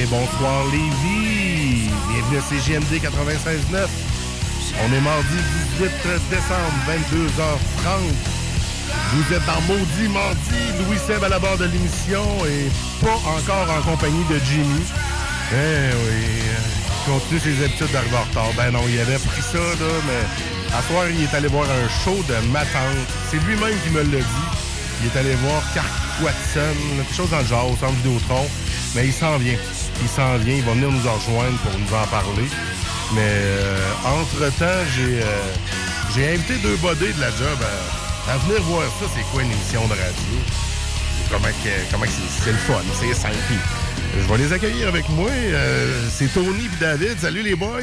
bonsoir Lévis. Bienvenue à CJMD 96.9. On est mardi 18 décembre, 22h30. Vous êtes dans Maudit Mardi. Louis Seb à la barre de l'émission et pas encore en compagnie de Jimmy. Eh oui, il continue ses habitudes d'arriver en retard. Ben non, il avait pris ça, là, mais à soir, il est allé voir un show de ma tante. C'est lui-même qui me l'a dit. Il est allé voir Clark Watson, quelque chose dans le genre, au centre Vidéotron. Mais il s'en vient. Il va venir nous en rejoindre pour nous en parler. Mais entre-temps, j'ai invité deux bodés de la job à venir voir ça. C'est quoi une émission de radio? Comment c'est le fun, c'est simple. Je vais les accueillir avec moi. C'est Tony et David. Salut les boys!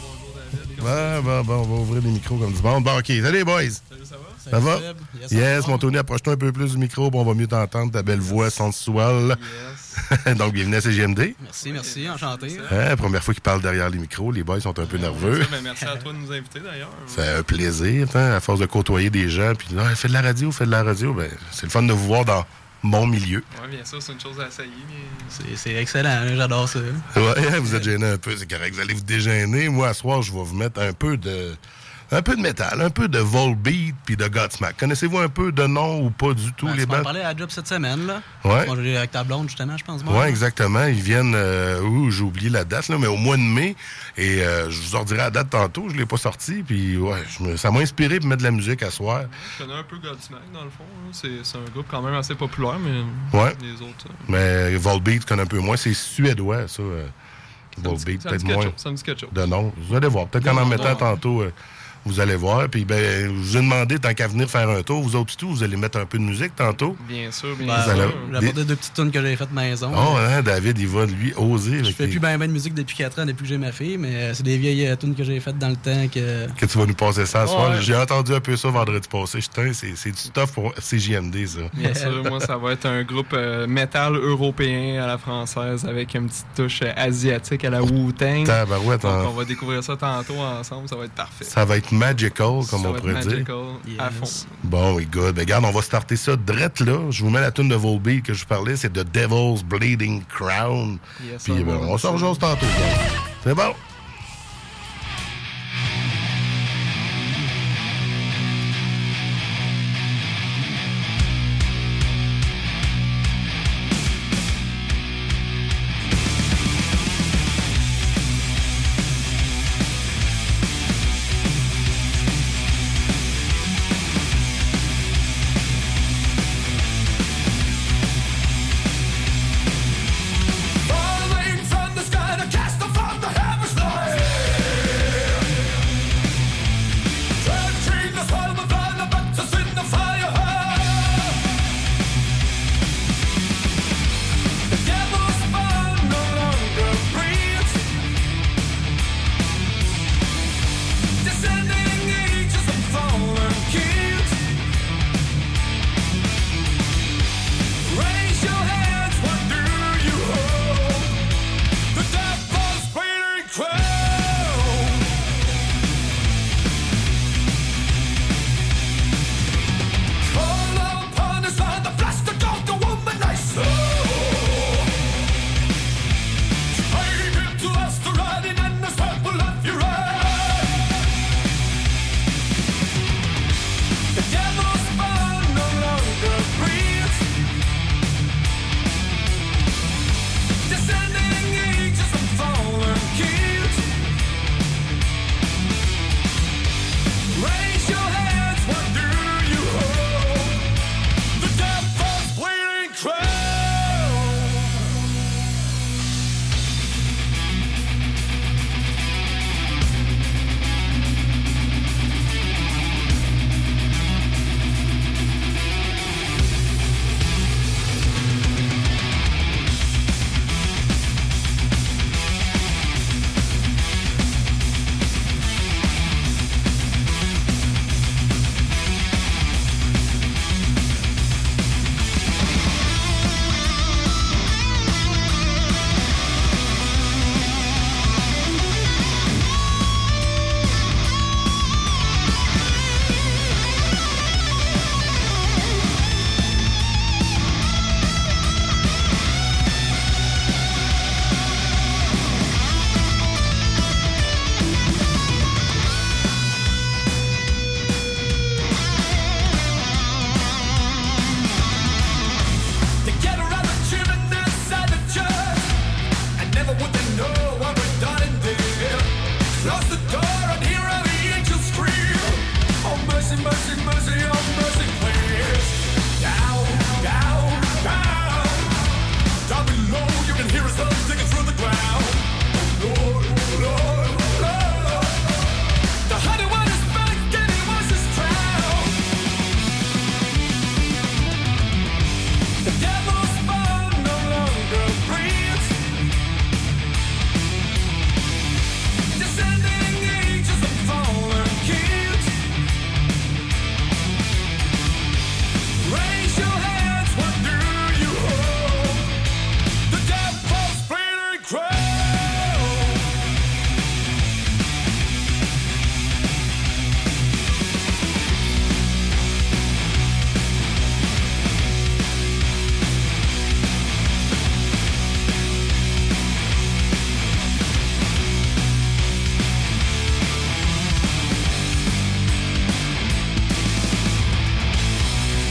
Bon, on va ouvrir les micros comme du monde. Bon, OK. Salut les boys! Salut, ça va? Ça va? Yes, mon Tony, approche-toi un peu plus du micro, on va mieux t'entendre, ta belle voix sensuelle. Yes. Donc, bienvenue à CGMD. Merci, enchanté. Première fois qu'ils parlent derrière les micros, les boys sont un peu nerveux. Merci à toi de nous inviter, d'ailleurs. C'est un plaisir, à force de côtoyer des gens, puis fais de la radio, ben, c'est le fun de vous voir dans mon milieu. Oui, bien sûr, c'est une chose à essayer. Mais... C'est excellent, j'adore ça. Ouais, vous êtes gêné un peu, c'est correct, vous allez vous dégêner. Moi, à soir, je vais vous mettre un peu de métal, un peu de Volbeat puis de Godsmack. Connaissez-vous un peu de nom ou pas du tout, les bandes? On parlait à la job cette semaine, là. Ouais. Moi, j'ai avec ta blonde, justement, je pense. Oui, exactement. Ils viennent, j'ai oublié la date, là, mais au mois de mai. Et je vous en dirai la date tantôt, je ne l'ai pas sorti. Puis, ouais, ça m'a inspiré pour mettre de la musique à soir. Je connais un peu Godsmack, dans le fond. C'est un groupe quand même assez populaire, mais les autres... Mais Volbeat, je connais un peu moins. C'est suédois, ça. Volbeat, peut-être moins. Ça me dit quelque chose. De nom. Vous allez voir. Peut-être qu'en mettant tantôt... vous allez voir. Puis, ben, je vous ai demandé, tant qu'à venir faire un tour, vous autres tout, vous allez mettre un peu de musique tantôt. Bien sûr, bien sûr. J'ai apporté deux petites tunes que j'avais faites maison. Oh, hein, David, il va, lui, oser. Je fais plus bien de musique depuis 4 ans, depuis que j'ai ma fille, mais c'est des vieilles tunes que j'ai faites dans le temps. Que tu vas nous passer ça ce soir. J'ai entendu un peu ça vendredi passé. C'est du stuff pour CJMD, ça. Bien sûr, moi, ça va être un groupe métal européen à la française avec une petite touche asiatique à la Wu-Tang. Donc, on va découvrir ça tantôt ensemble. Ça va être parfait. Ça va être magical, comme on pourrait dire. À fond. Bon, oui, good. Ben, regarde, on va starter ça drette là. Je vous mets la tune de Volbeat que je vous parlais. C'est The Devil's Bleeding Crown. Yes, puis on se rejoint tantôt. C'est bon. Falling from the sky to cast the from the heavens.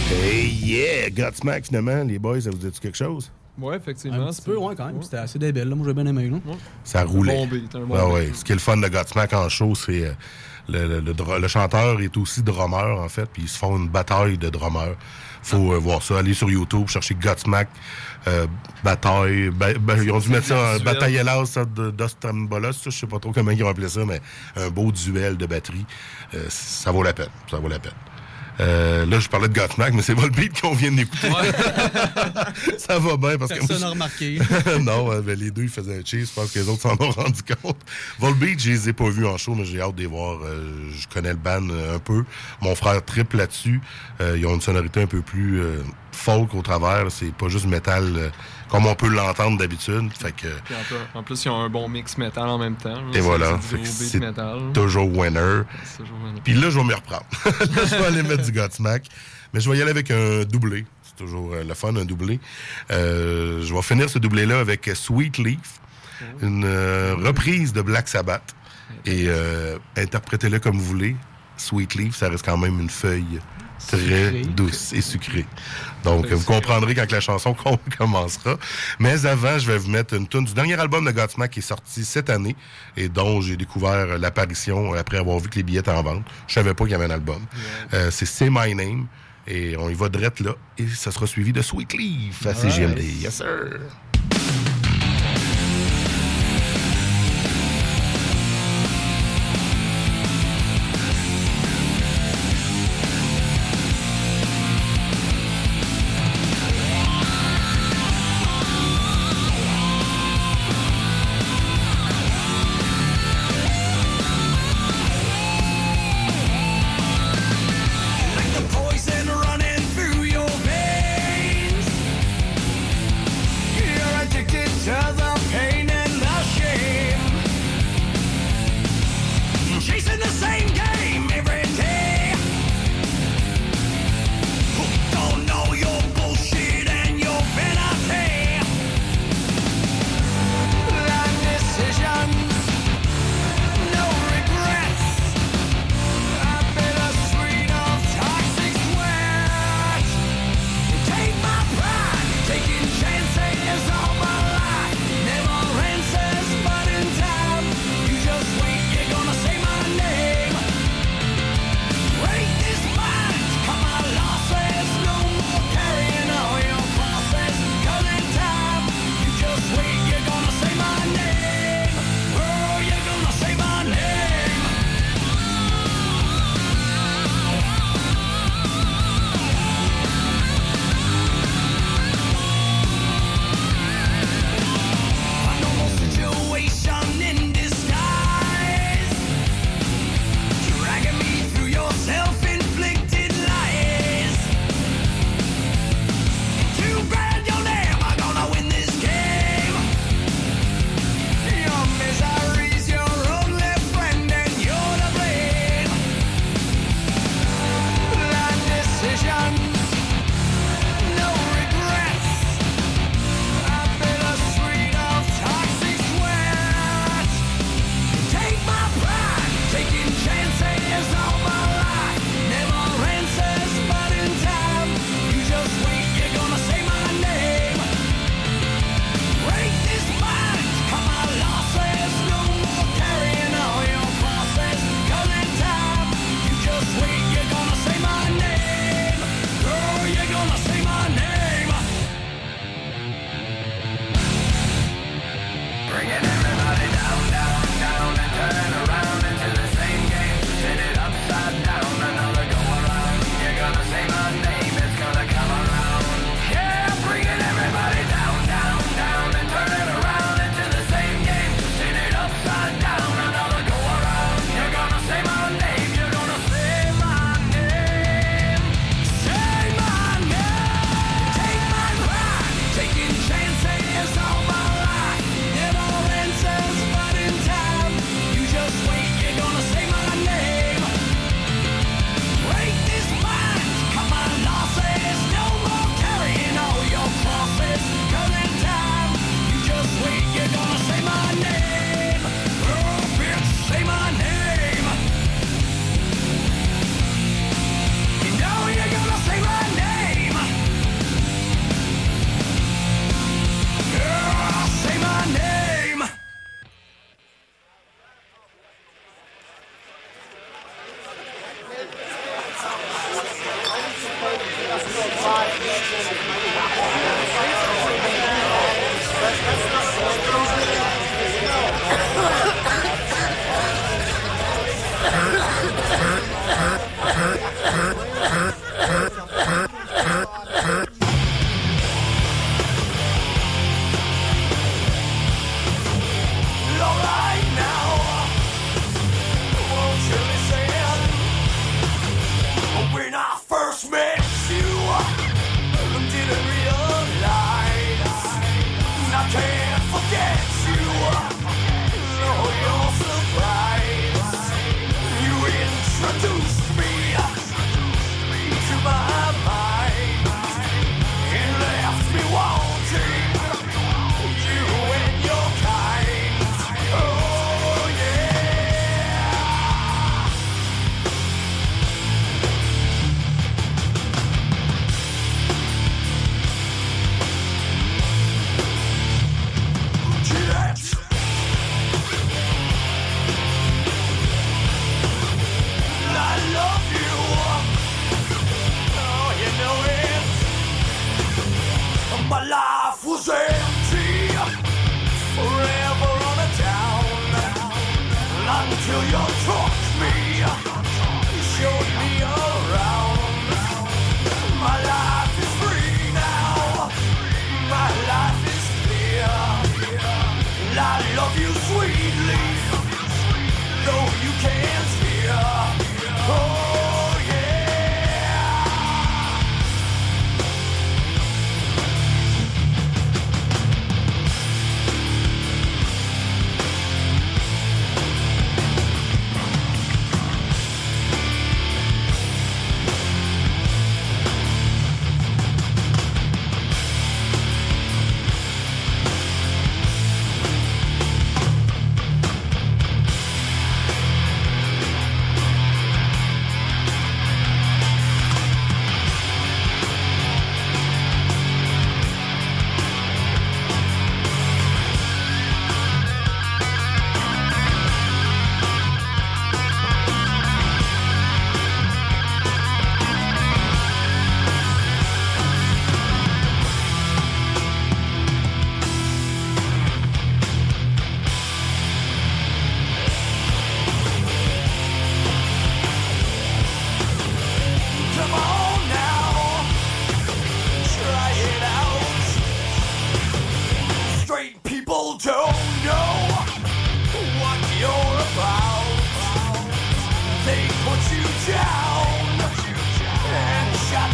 Hey yeah! Godsmack, finalement, les boys, ça vous dit quelque chose? Ouais, effectivement. Un petit peu, ouais, quand même. Ouais. C'était assez débile, là. Moi, j'ai bien aimé, là. Ouais. Ça roulait. Un bon beat, un bon beat. Ouais. Ce qui est le fun de Godsmack en show, c'est le chanteur est aussi drummer, en fait, puis ils se font une bataille de drummers. Faut voir ça. Allez sur YouTube, chercher Godsmack, bataille. Ils ont dû mettre ça en bataille hélas d'Ostambolos, je sais pas trop comment ils ont appelé ça, mais un beau duel de batterie. Ça vaut la peine. Ça vaut la peine. Là, je parlais de Godsmack, mais c'est Volbeat qu'on vient d'écouter. Ouais. Ça va bien parce personne n'a remarqué. Non, les deux, ils faisaient un cheese. Je pense que les autres s'en ont rendu compte. Volbeat, je les ai pas vus en show, mais j'ai hâte de les voir. Je connais le band un peu. Mon frère triple là-dessus. Ils ont une sonorité un peu plus folk au travers. C'est pas juste métal comme on peut l'entendre d'habitude. Fait que... Puis en plus, ils ont un bon mix métal en même temps. Et voilà. C'est toujours winner. Puis là, je vais m'y reprendre. Là, je vais aller mettre du Godsmack. Mais je vais y aller avec un doublé. C'est toujours le fun, un doublé. Je vais finir ce doublé-là avec Sweet Leaf, une reprise de Black Sabbath. Et interprétez-le comme vous voulez. Sweet Leaf, ça reste quand même une feuille très douce et sucrée. Donc, vous comprendrez quand la chanson commencera. Mais avant, je vais vous mettre une tune du dernier album de Godsmack qui est sorti cette année et dont j'ai découvert l'apparition après avoir vu que les billets étaient en vente. Je savais pas qu'il y avait un album. C'est Say My Name. Et on y va direct là. Et ça sera suivi de Sweet Leaf à CGMD. Yes, sir! Addicted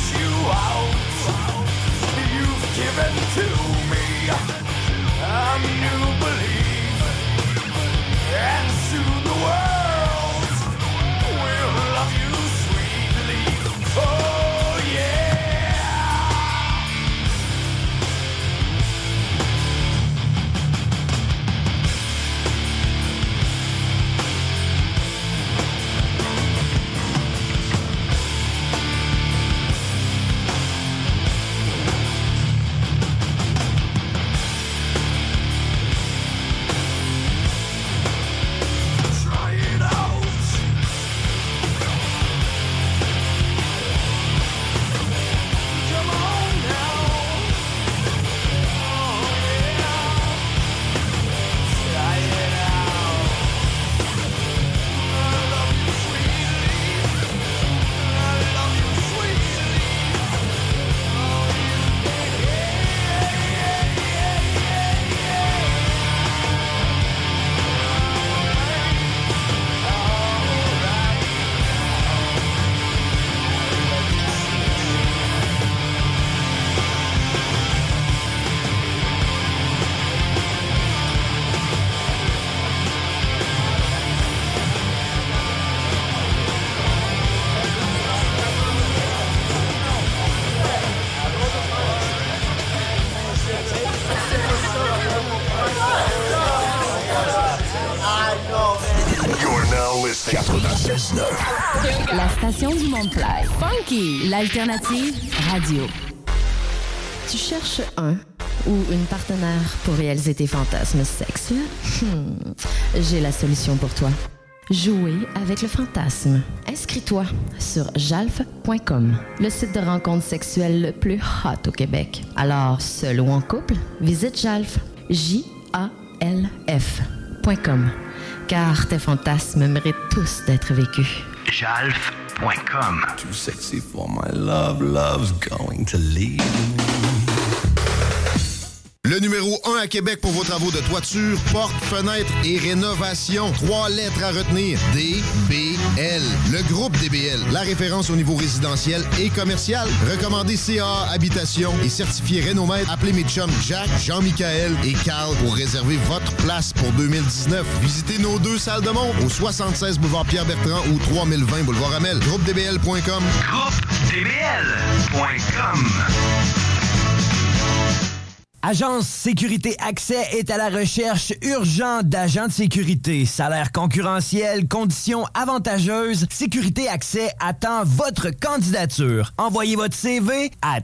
La station du Mont-Fly. Funky, l'alternative radio. Tu cherches un ou une partenaire pour réaliser tes fantasmes sexuels? J'ai la solution pour toi. Jouer avec le fantasme. Inscris-toi sur jalf.com, le site de rencontre sexuelle le plus hot au Québec. Alors, seul ou en couple, visite Jalf. JALF.com. Car tes fantasmes méritent tous d'être vécus. Jalf.com. Too sexy for my love, love's going to leave me. Le numéro 1 à Québec pour vos travaux de toiture, portes, fenêtres et rénovation. 3 lettres à retenir. DBL. Le groupe DBL. La référence au niveau résidentiel et commercial. Recommandé CA Habitation et certifié Rénomètre. Appelez mes chums Jack, Jean-Michaël et Carl pour réserver votre place pour 2019. Visitez nos 2 salles de monde au 76 boulevard Pierre-Bertrand ou 3020 boulevard Amel. GroupeDBL.com. GroupeDBL.com. Agence Sécurité Accès est à la recherche urgente d'agents de sécurité. Salaire concurrentiel, conditions avantageuses. Sécurité Accès attend votre candidature. Envoyez votre CV à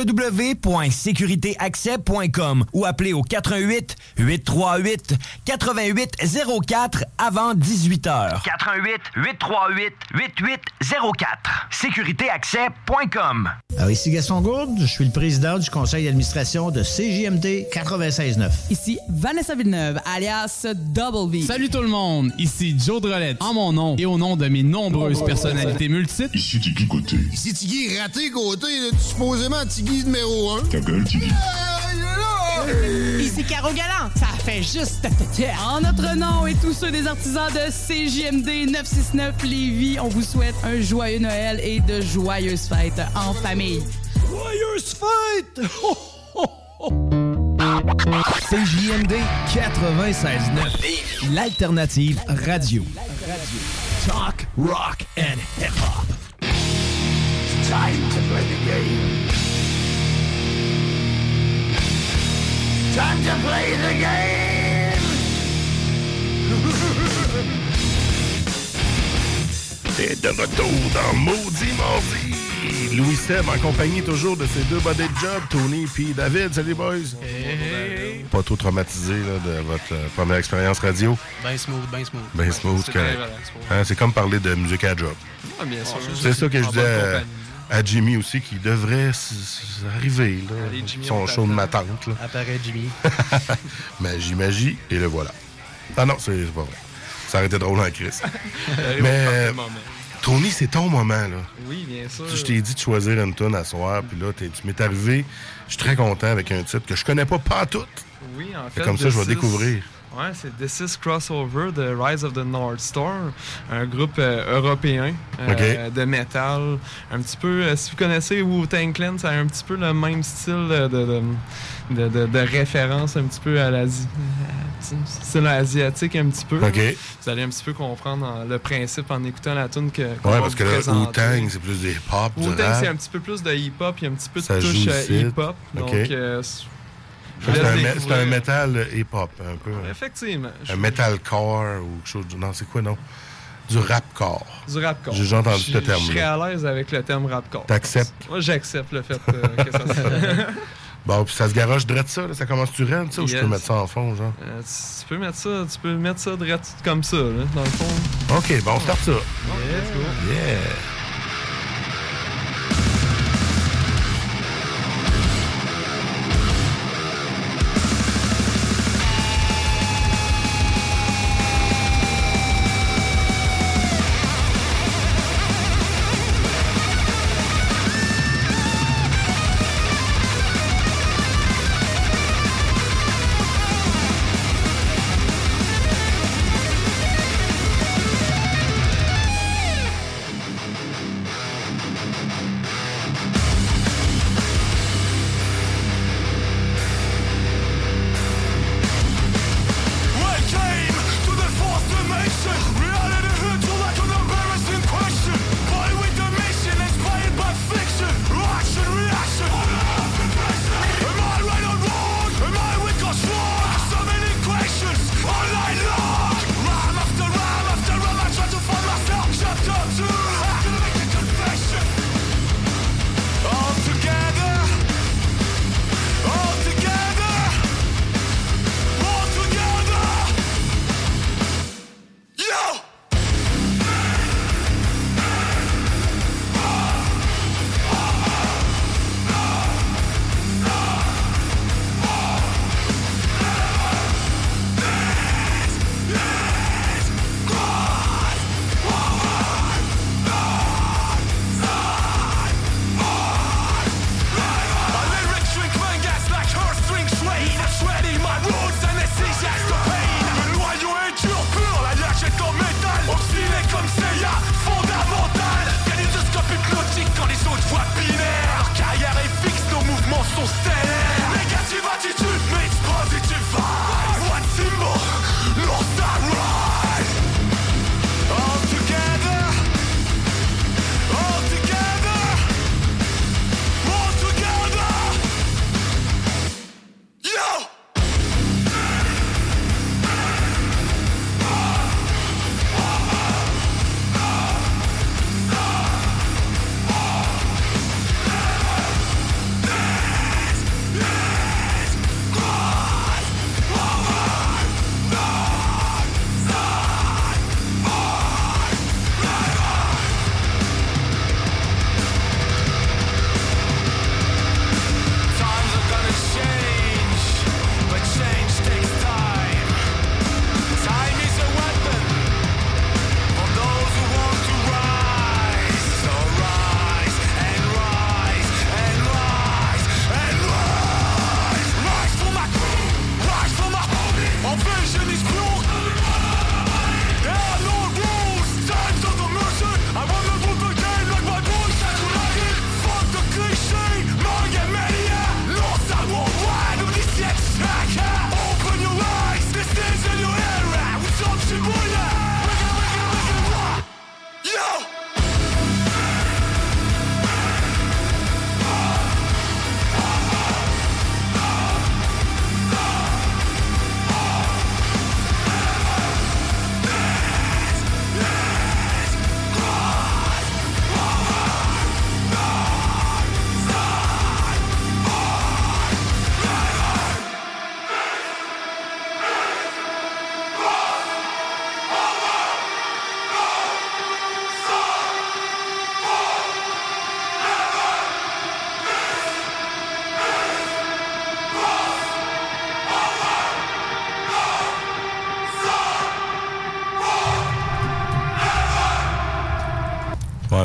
www.sécuritéaccès.com ou appelez au 88 838 8804 avant 18h. 88 838 8804. Sécuritéaccès.com. Alors ici Gaston Gourde, je suis le président du conseil d'administration de CJMD 96.9. Ici Vanessa Villeneuve, alias Double V. Salut tout le monde, ici Joe Drolette. En mon nom et au nom de mes nombreuses personnalités multiples. Ici Tiggy Côté. Ici Tiggy Raté Côté, supposément Tiggy numéro 1. Ta gueule, Tiggy. Ici Caro Galland, ça fait juste en notre nom et tous ceux des artisans de CJMD 969 Lévis, on vous souhaite un joyeux Noël et de joyeuses fêtes en famille. Joyeuses fêtes! CJMD 96.9, l'alternative radio. Talk, rock and hip-hop. It's time to play the game. Time to play the game. Et de retour dans Maudit Mardi. Louis Seb en compagnie toujours de ses 2 body job, Tony puis David. Salut boys. Hey. Pas trop traumatisé là, de votre première expérience radio. Ben smooth, ben smooth. Ben smooth, C'est correct. très relax, Hein, c'est comme parler de musique à job. Ah, bien sûr. C'est ça que je En disais bonne à, compagnie. à Jimmy aussi, qui devrait arriver. Là, Allez, Jimmy, son on show de ma tante. Là. Apparaît Jimmy. Magie, et le voilà. Ah non, c'est pas vrai. Ça aurait été drôle en crise. Mais Tony, c'est ton moment, là. Oui, bien sûr. Je t'ai dit de choisir une tune à soir, puis là, tu m'es arrivé. Je suis très content avec un titre que je connais pas tout. Oui, en fait. Comme ça, je vais D6, découvrir. Ouais, c'est This Is Crossover de Rise of the North Star, un groupe européen de métal. Un petit peu, si vous connaissez Wu-Tang Clan, ça a un petit peu le même style de référence un petit peu à l'Asie. Style asiatique un petit peu. OK. Vous allez un petit peu comprendre le principe en écoutant la tune que ouais, parce que le Wu-Tang, c'est plus des hip-hop. Wu-Tang, c'est un petit peu plus de hip-hop. Il y a un petit peu de ça touche hip-hop. Okay. Donc, c'est un métal hip-hop, un peu. Effectivement. Un metalcore ou quelque chose. Non, c'est quoi, non? Du rapcore. Du rapcore. J'ai déjà entendu ce terme-là. Je serais à l'aise avec le terme rapcore. T'acceptes? Moi, j'accepte le fait que ça se fait. Bon, puis ça se garoche drette ça, là? Ça commence-tu raide, ça? Ou je peux mettre ça en fond, genre? Tu peux mettre ça drette comme ça, là, dans le fond. OK, bon, on start ça. Yeah. Let's go. Yeah.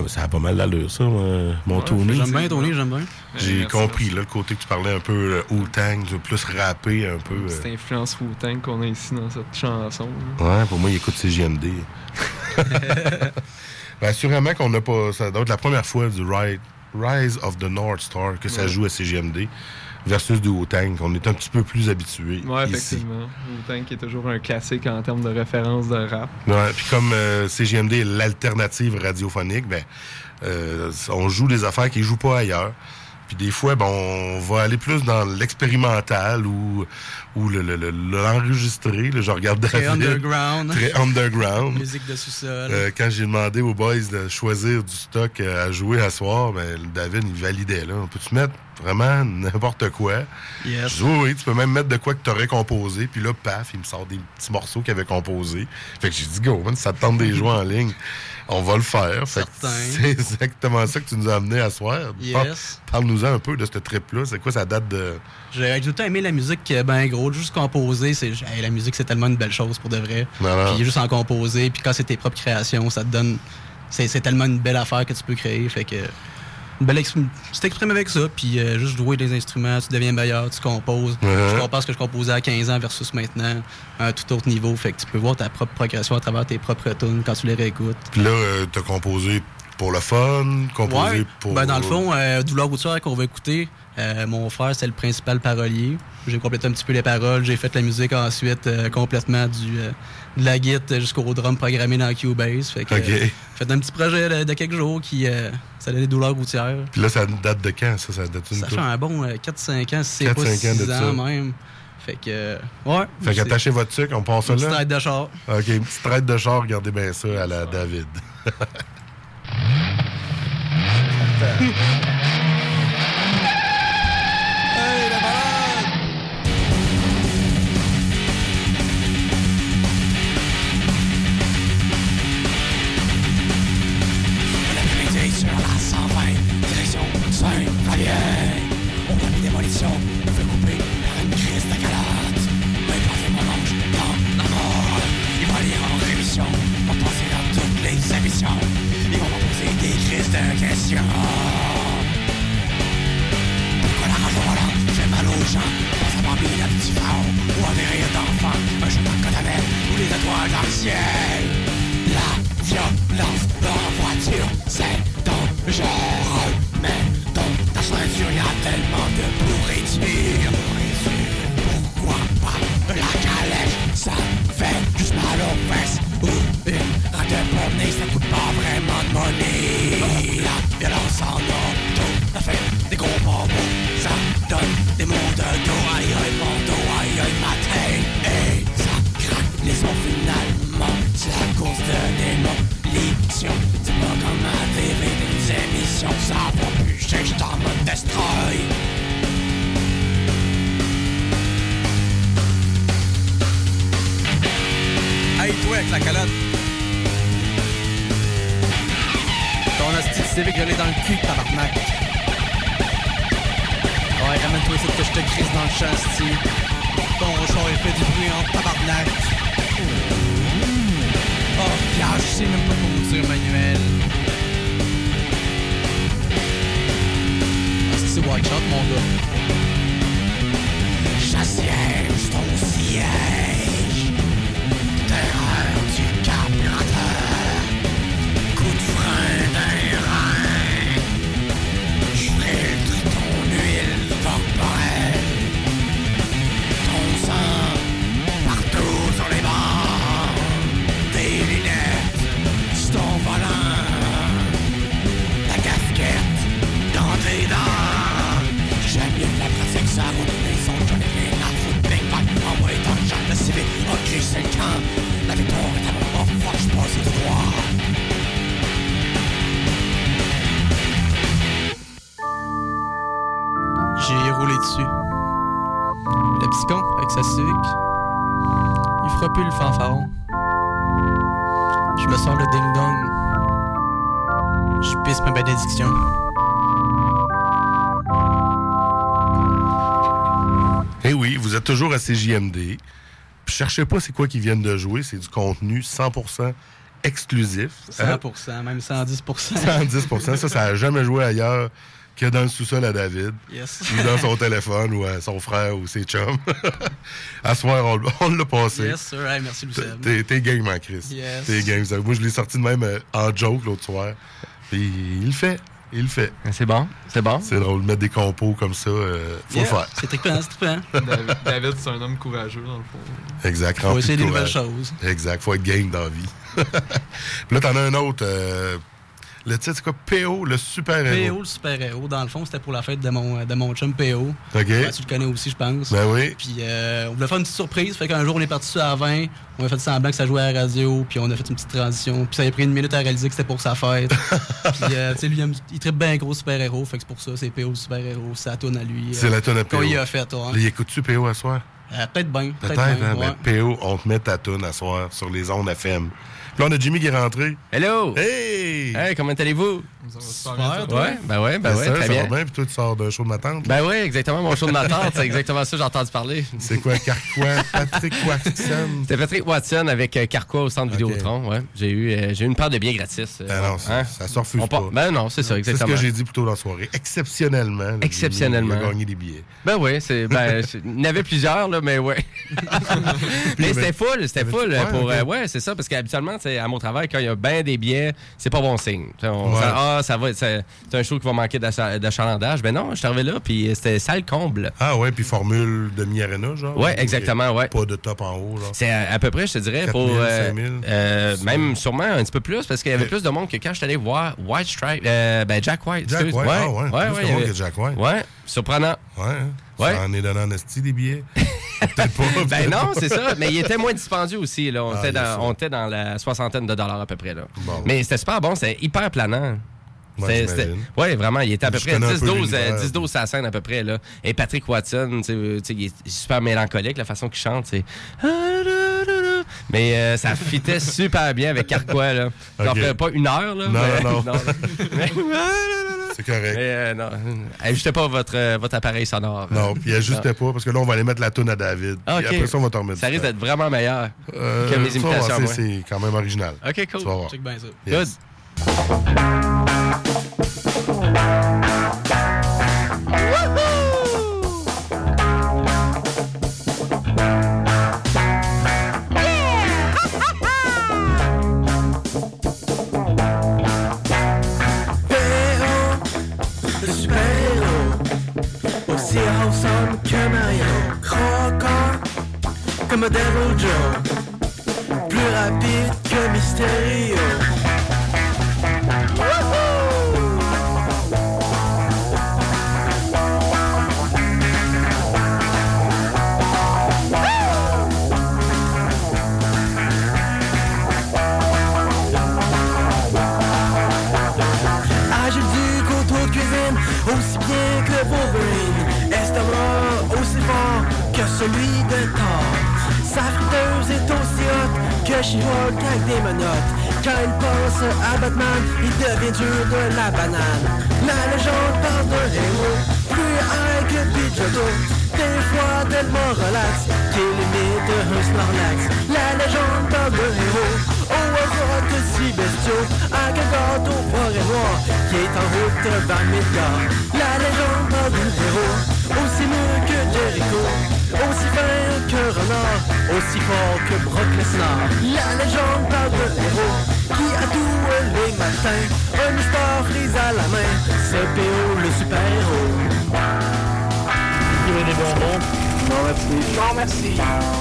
ça a pas mal d'allure, ça, mon Tony. J'aime bien, Tony, j'aime bien. J'ai compris, là, le côté que tu parlais un peu Wu-Tang, plus rappé un peu. C'est l'influence Wu-Tang qu'on a ici dans cette chanson. Ouais, pour moi, il écoute CJMD. Ben, assurément qu'on n'a pas... Ça doit être la première fois du Rise of the North Star que ça joue à CJMD versus du Wu-Tang, qu'on est un petit peu plus habitué. Ouais, ici. effectivement. Wu-Tang qui est toujours un classique en termes de référence de rap. Ouais, puis comme CJMD est l'alternative radiophonique, ben on joue des affaires qui ne jouent pas ailleurs. Puis des fois, ben, on va aller plus dans l'expérimental ou l'enregistré. Là, je regarde David. Très underground. Très underground. Musique de sous-sol. Quand j'ai demandé aux boys de choisir du stock à jouer à soir, ben, David, il validait. Là. On peut-tu mettre vraiment n'importe quoi? Yes. Je dis, oui, tu peux même mettre de quoi que tu aurais composé. Puis là, paf, il me sort des petits morceaux qu'il avait composés. Fait que j'ai dit, go, man, ça te tente des jouer en ligne. On va le faire. Fait que c'est exactement ça que tu nous as amené à soir. Yes. Parle-nous-en un peu de ce trip-là. C'est quoi, ça date de... J'ai tout le temps aimé la musique, ben gros, juste composer. La musique, c'est tellement une belle chose pour de vrai. Non. Puis juste en composer, puis quand c'est tes propres créations, ça te donne... C'est tellement une belle affaire que tu peux créer. Fait que... Tu t'exprimes avec ça, puis juste jouer des instruments, tu deviens meilleur, tu composes. Je compare ce que je composais à 15 ans versus maintenant, à un tout autre niveau. Fait que tu peux voir ta propre progression à travers tes propres tunes quand tu les réécoutes. Puis là, t'as composé pour le fun, composé pour... Ben dans le fond, Douleur routière qu'on va écouter, mon frère, c'est le principal parolier. J'ai complété un petit peu les paroles, j'ai fait la musique ensuite complètement de la guitare jusqu'au drum programmé dans Cubase. Fait que fait un petit projet de quelques jours qui ça donne des douleurs routières. Puis là, ça date de quand, ça? Ça date ça fait un bon 4-5 ans, si c'est pas 6 ans même. Fait que, ouais. Fait qu'attachez votre sucre, on passe ça là. Une petite traite de char. OK, une petite traite de char, regardez bien ça à la David. Hey, la balade! L'après-midi sur la 120, direction Saint-Valien. On a mis démolition, on fait couper par une crise de calotte. Mais passer mon ange dans la mort. Il va aller en rémission, on va passer dans toutes les émissions. Ils vont me poser des crises de questions. Pourquoi la rage volante fait mal aux gens? Pense à Bambi, la petite pharaon, ou à des rires d'enfants, un chemin de Cotabelle, ou les étoiles dans le ciel. La violence dans la voiture, c'est dangereux. Mais dans ta ceinture, y'a tellement de pourriture. Pourquoi pas la calèche? Ça fait juste mal aux fesses. Ou une rate de promener, ça coûte pas vraiment de monnaie. La violence en auto, ça fait des gros bonbons. Ça donne des monts de dos, aïe aïe mon dos, aïe aïe ma tête. Et ça craque les sons finalement. C'est la course de démolition. C'est pas comme à TV des émissions. Ça va bûcher, j'suis en mode destroy. Hey, toi, avec la calotte. Ton hostie de civique, je l'ai dans le cul, tabarnak. Ouais, ramène-toi ici que je te crisse dans le champ, hostie. Ton char, il fait du bruit en tabarnak. Oh, Pierre, je sais même pas conduire manuel. Ah, c'est White Shot, mon gars. J'assiège ton siège. Terreur du carburateur. Coup de frein d'un rein. J'filtre ton huile corporelle. Ton sang partout sur les bancs. Tes lunettes sur ton volant. Ta casquette dans tes dents. J'aime mieux la pratique, ça roule les sons. J'en ai rien à foutre, big bang. Envoyé dans le champ, le civil, ok, c'est le camp. La victoire est à mon off, fuck, j'passe tout droit. J'ai roulé dessus. Le petit con, avec sa Civic, il fera plus le fanfaron. Je me sors le ding-dong. Je pisse ma bénédiction. Eh oui, vous êtes toujours à CJMD. Puis cherchez pas c'est quoi qu'ils viennent de jouer. C'est du contenu 100% exclusif. 100%, même 110%. 110%. Ça n'a jamais joué ailleurs que dans le sous-sol à David. Yes. Ou dans son téléphone, ou à son frère, ou ses chums. À ce soir, on l'a passé. Yes, sir. Hey, merci, Lucien. T'es game, hein, Chris. Yes. T'es game. Moi, je l'ai sorti de même en joke l'autre soir. Puis il le fait. C'est bon. C'est drôle de mettre des compos comme ça. Faut le faire. C'est trippant. David, c'est un homme courageux, dans le fond. Exact. Faut essayer des nouvelles choses. Exact. Faut être game dans la vie. Puis là, t'en as un autre. Le titre, c'est quoi? P.O., le super-héros. P.O., le super-héros. Dans le fond, c'était pour la fête de mon chum P.O. OK. Ouais, tu le connais aussi, je pense. Ben oui. Puis on voulait faire une petite surprise. Fait qu'un jour, on est parti sur la 20. On a fait semblant que ça jouait à la radio. Puis on a fait une petite transition. Puis ça a pris 1 minute à réaliser que c'était pour sa fête. Puis, tu sais, lui, il trippe bien gros super-héros. Fait que c'est pour ça, c'est P.O., le super-héros. C'est la toune à lui. C'est la toune à P.O. Qu'on y a fait, ouais. Il écoute-tu P.O. à soir? Peut-être bien. Peut-être, hein? Ouais. Ben, P.O., on te met ta toune à soir sur les ondes FM. Puis là, on a Jimmy qui est rentré. Hello! Hey! Hey, comment allez-vous? Super, ouais, très bien. Ça va bien, puis toi, tu sors d'un show de ma tante? Ben oui, exactement, mon show de ma tante, c'est exactement ça, j'ai entendu parler. C'est quoi, Carquois? Patrick Watson? C'était Patrick Watson avec Carquois au centre Vidéotron, ouais. J'ai eu une paire de billets gratis. Non, ça se refuse pas. Ben non, c'est ça, exactement. C'est ce que j'ai dit plus tôt dans la soirée. Exceptionnellement. Exceptionnellement. Il a gagné des billets. Ben oui, il y en avait plusieurs, là, mais ouais. Mais c'était full pour... Ouais, c'est ça, parce qu'habituellement, à mon travail, quand il y a bien des billets, c'est pas bon signe. Ça va, c'est un show qui va manquer d'achalandage. Ben non, je suis arrivé là, puis c'était salle comble. Ah ouais, puis formule demi-arena, genre? Ouais, exactement, ouais. Pas de top en haut, genre? C'est à peu près, je te dirais, 4 000, pour... 5 000? Même sûrement un petit peu plus, parce qu'il y avait plus de monde que quand je suis allé voir White Stripe... Jack White, Jack White, ouais. Plus de monde que Jack White. Ouais, surprenant. Ouais. Ça en est donné en esti, des billets. Peut-être pas. Ben non, c'est ça. Mais il était moins dispendieux aussi. Là. On était dans la soixantaine de dollars à peu près. Là. Bon. Mais c'était super bon. C'était hyper planant. Oui, vraiment. Il était à peu près 10-12 à la scène à peu près. Là. Et Patrick Watson, il est super mélancolique, la façon qu'il chante. Mais ça fitait super bien avec Carquois. Là. J'en ferais pas 1 heure. Là, non. C'est correct. Mais non, ajustez pas votre appareil sonore. Non, puis ajustez pas, parce que là, on va aller mettre la toune à David. Okay. Puis après ça, on va t'en remettre. Ça risque d'être vraiment meilleur que mes imitations. C'est quand même original. OK, cool. Tu vas voir. Check bien ça. Yes. Aussi awesome que Mario, croquant comme un Devil Joe, plus rapide que Mysterio. Agile du couteau de cuisine, aussi bien que Wolverine. Estomac aussi fort que celui de Thor. Sa friteuse est aussi haute que She-Hulk avec des menottes. Quand il pense à Batman, il devient dur de la banane. La légende parle d'un héros, plus high que Pidgeotto. Des fois tellement relax, qu'il limite un Snorlax. La légende parle d'un héros, au vote si bestiaux. À quel gâteau fort et noir, qui est en route vers Midgard. La légende parle d'un héros, aussi mûr que Jericho. Aussi fin que Renard, aussi fort que Brock Lesnar. La légende parle d'un héros qui a tout les matins, un mystère frise à la main, c'est P.O. le super-héros. Il y avait des bonbons. Non merci. Non merci.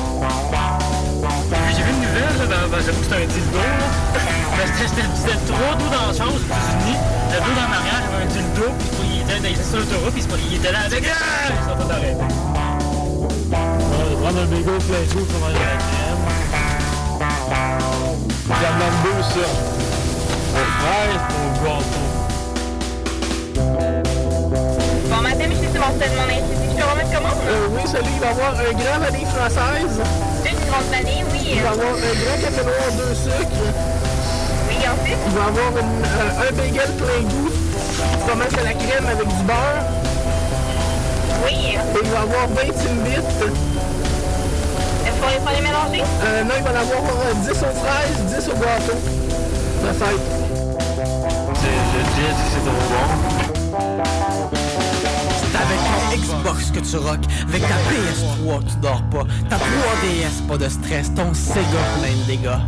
J'ai vu une nouvelle, là, j'avoue que c'était un dildo, là. C'était 3 dos dans la chambre aux États-Unis. Le dos dans l'arrière, il y avait un dildo, puis il était sur l'autoroute, puis il était là avec... Ils sont pas d'arrêt. On va prendre un bégo plein de pour manger la crème. La mambo sur aux fraises, au gâteau. Bon matin, monsieur Simon, c'est mon institut. Je peux remettre commande? Oui, salut, il va y avoir un grand vanille française. Une grande vanille, oui. Il va y avoir un grand café noir, 2 sucres. Oui, ensuite? Il va y avoir un bagel plein goût. Tu vas mettre de la crème avec du beurre. Oui. Et il va y avoir 20 Timbits. Est-ce qu'on les mélanger? Non, il va y en avoir 10 aux fraises, 10 au gâteau. Peut-être. Le disque, c'est trop bon. C'est avec ton Xbox que tu rock, avec ta PS3 tu dors pas, ta 3DS pas de stress, ton Sega plein de dégâts.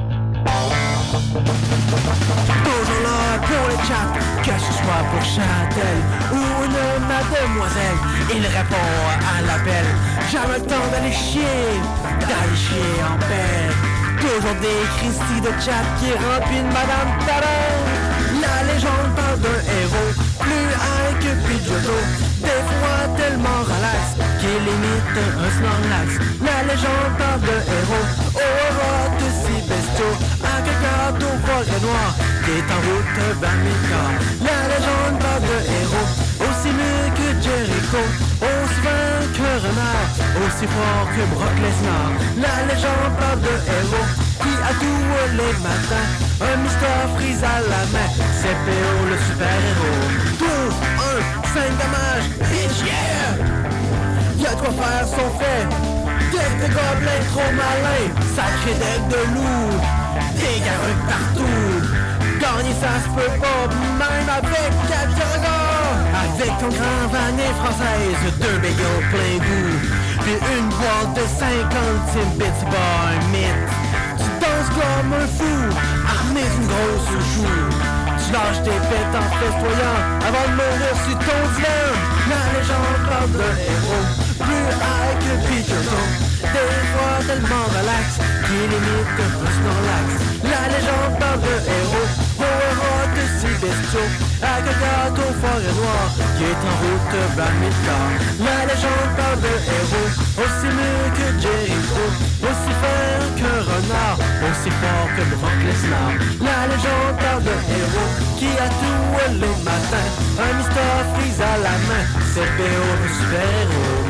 Toujours là pour les chats, que ce soit pour Chantel ou une mademoiselle, il répond à l'appel. Jamais le temps d'aller chier en paix. Toujours des Christy de chat qui remplit une Madame Talon. La légende parle d'un héros, plus high que Pidgeotto. Des fois tellement relax, qu'il limite un Snorlax. La légende parle d'un héros, au de si bestiaux. À quelque au forêt noir, qui est en route vers Midgard. La légende parle d'un héros, aussi mieux que Jericho. Aussi vain que Renard, aussi fort que Brock Lesnar. La légende parle d'un héros, qui a tous les matins un Mr. Freeze à la main. C'est PO le super-héros. 2, 1, 5 dommages, bitch, yeah! Y'a de quoi faire son fait. Deck de gobelins trop malin, sacré deck de loup, des garrues partout. Gagner ça se peut pas, même avec 4 dragons. Avec ton grand vanille française, 2 bagels plein goût, puis une boîte de 50 Timbits bar un mythe. Tu danses comme un fou, armé d'une grosse joue. Tu lâches tes pètes en festoyant avant de mourir sur ton divan. La légende parle d'un héros, plus high que Pidgeotto. Des fois tellement relax, qu'il limite un Snorlax. La légende parle d'un héros, au de si bestiaux. À Gagato, forêt noire, qui est en route vers Midgard. La légende parle d'un héros, aussi mieux que Jericho. Aussi fin que Renard, aussi fort que Brock Lesnar. La légende parle d'un héros, qui a tous les matins un Mr. Freeze à la main. C'est PO le super-héros.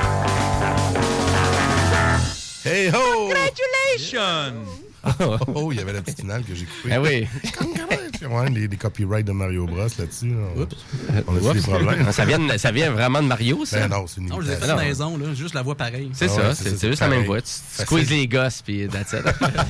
Hey ho! Congratulations! Oh, il y avait la petite finale que j'ai coupée. Ah oui. Ouais, des copyrights de Mario Bros là-dessus. Là. Oups. On a des problèmes. Ça vient vraiment de Mario, ça? Ben non, c'est une Non, je l'ai fait à la maison, là, juste la voix pareille. C'est ça, c'est juste la même voix. Tu squeezes les gosses, puis that's it.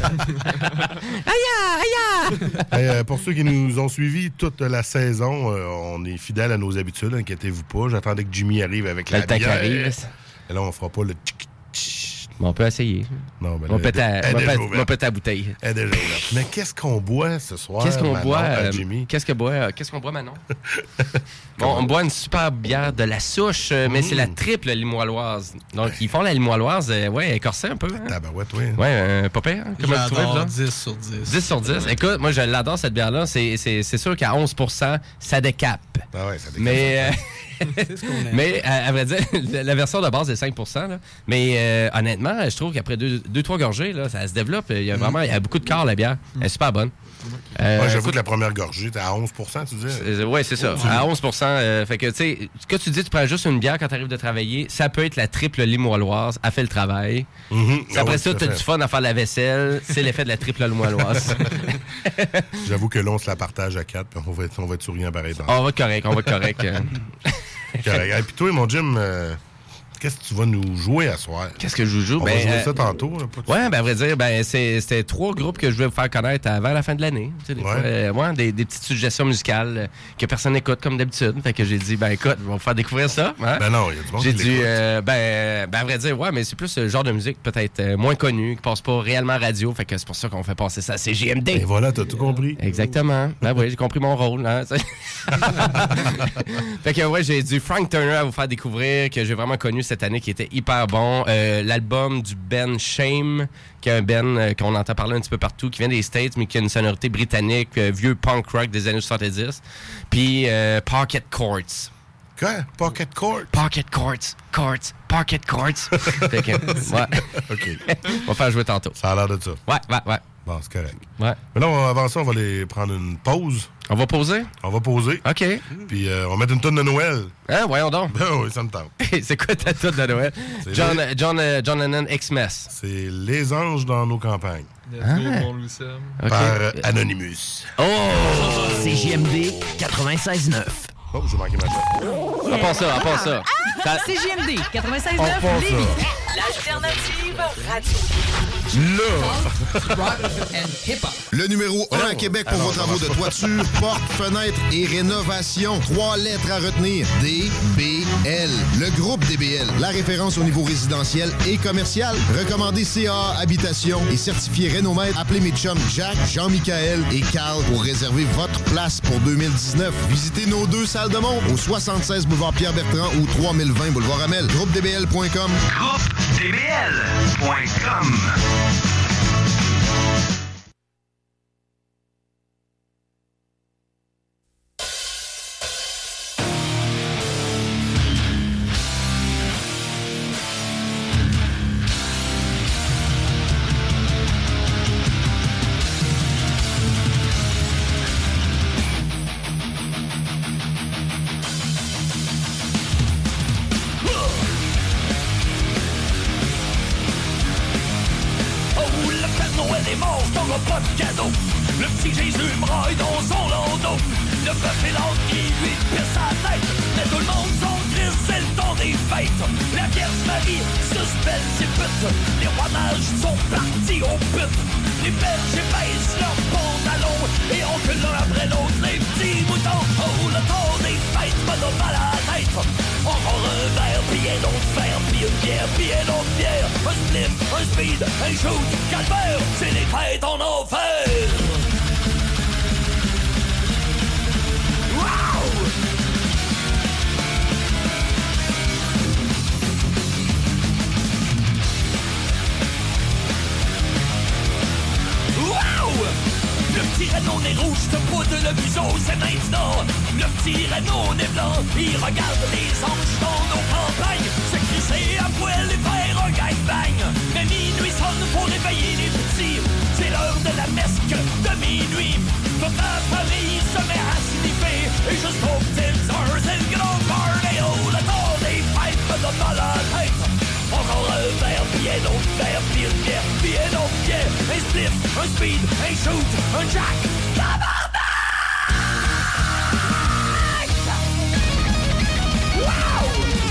Hey, pour ceux qui nous ont suivis toute la saison, on est fidèles à nos habitudes, inquiétez-vous pas. J'attendais que Jimmy arrive avec la bière. Arrive. Et là, on fera pas le Bon, on peut essayer. Non, ben on peut être à bouteille. Elle est déjà ouverte. Mais qu'est-ce qu'on boit ce soir? Qu'est-ce qu'on boit, Jimmy? Qu'est-ce qu'on boit, Manon? Bon, on boit une super bière de la souche, mais c'est la triple limoilloise. Donc, ils font la limoilloise, écorsée un peu. Hein? Tabarouette, oui. Ouais, pas pire. Hein? Comment tu trouves, là? 10 sur 10. 10 sur 10. Écoute, moi, je l'adore, cette bière-là. C'est sûr qu'à 11%, ça décape. Ah ouais, ça décape. Mais... C'est ce qu'on aime. Mais, à vrai dire, la version de base est 5%. Là. Mais honnêtement, je trouve qu'après 2-3 gorgées, là, ça se développe. Il y a beaucoup de corps, la bière. Elle est super bonne. Moi, j'avoue que la première gorgée, t'es à 11%, tu dis? Oui, c'est ça. À 11%. Fait que, tu sais, ce que tu dis, tu prends juste une bière quand tu arrives de travailler, ça peut être la triple limoilloise. Elle fait le travail. Après ça, tu as du fun à faire la vaisselle. C'est l'effet de la triple limoilloise. J'avoue que là, on se la partage à 4, puis on va être souriant pareil. On va être correct. Correct. Et puis toi, mon Jim, qu'est-ce que tu vas nous jouer à soir? Qu'est-ce que je joue? On va jouer ça tantôt. Ouais, ben à vrai dire, c'était 3 groupes que je voulais vous faire connaître avant la fin de l'année. Tu sais, des petites suggestions musicales que personne n'écoute comme d'habitude. Fait que j'ai dit, écoute, on va vous faire découvrir ça. Hein? Ben non, il y a du monde qui l'écoute. J'ai dit, à vrai dire, mais c'est plus ce genre de musique peut-être moins connu, qui passe pas réellement à radio. Fait que c'est pour ça qu'on fait passer ça à CJMD. Et voilà, t'as tout compris. Exactement. Ben oui, j'ai compris mon rôle. Hein? Fait que j'ai du Frank Turner à vous faire découvrir, que j'ai vraiment connu cette année, qui était hyper bon. L'album du Ben Shame, qui est un Ben qu'on entend parler un petit peu partout, qui vient des States, mais qui a une sonorité britannique, vieux punk rock des années 70. Puis Pocket Courts. Quoi? Pocket Courts? Pocket Courts. Pocket Courts. Fait que, ouais. OK. On va faire jouer tantôt. Ça a l'air de ça. Ouais. Bon, c'est correct. Ouais. Mais là, avant ça, on va aller prendre une pause. On va poser? On va poser. OK. Puis on va mettre une toune de Noël. Hein, voyons donc. Ben oui, ça me tente. C'est quoi ta toune de Noël? John Lennon Xmas. C'est Les Anges dans nos campagnes. Okay. Par Anonymous. Oh! CJMD 96.9. Oh, j'ai manqué ma tête. À part ça. CJMD 96.9 On passe Lévis. ça. L'alternative radio. Le numéro 1 à Québec pour vos travaux de toiture, portes, fenêtres et rénovation. 3 lettres à retenir. DBL. Le groupe DBL. La référence au niveau résidentiel et commercial. Recommandé CA Habitation et certifié Rénomètre. Appelez mes chums Jacques, Jean-Michaël et Carl pour réserver votre place pour 2019. Visitez nos 2 salles de montre au 76 boulevard Pierre-Bertrand ou 3020 boulevard Amel. GroupeDBL.com. GroupeDBL.com. Pas de cadeau. Le petit Jésus braille dans son landau. Le bœuf et l'âne qui lui pisse sa tête. Mais tout le monde s'en crisse, c'est le temps des fêtes. La Vierge Marie suspend ses putes. Les rois mages sont partis au but. Les bergers baissent leurs pantalons et on que l'un après l'autre les petits moutons. Oh, le temps des fêtes me donne mal à la tête. Encore un verre, puis un autre verre, puis une bière, puis un autre bière. Un spliff, un speed, un shoot, calvaire. C'est les fêtes en enfer. Wow! Le petit Renault est rouge, te poudre le museau, c'est maintenant. Le petit Renault est blanc, il regarde les anges dans nos campagnes. Se crisser à poil et faire un gangbang. Mais minuit sonne pour réveiller les petits. C'est l'heure de la mesque de minuit. Toute la famille se met à sniffer. Et jusqu'aux petites heures, c'est le grand party. Oh, le temps des fêtes me donne mal à la tête. Encore un verre, puis un autre verre, puis une bière, puis un autre bière. Un spliff, un speed, un shoot, un jack. Tabarnak! Wow!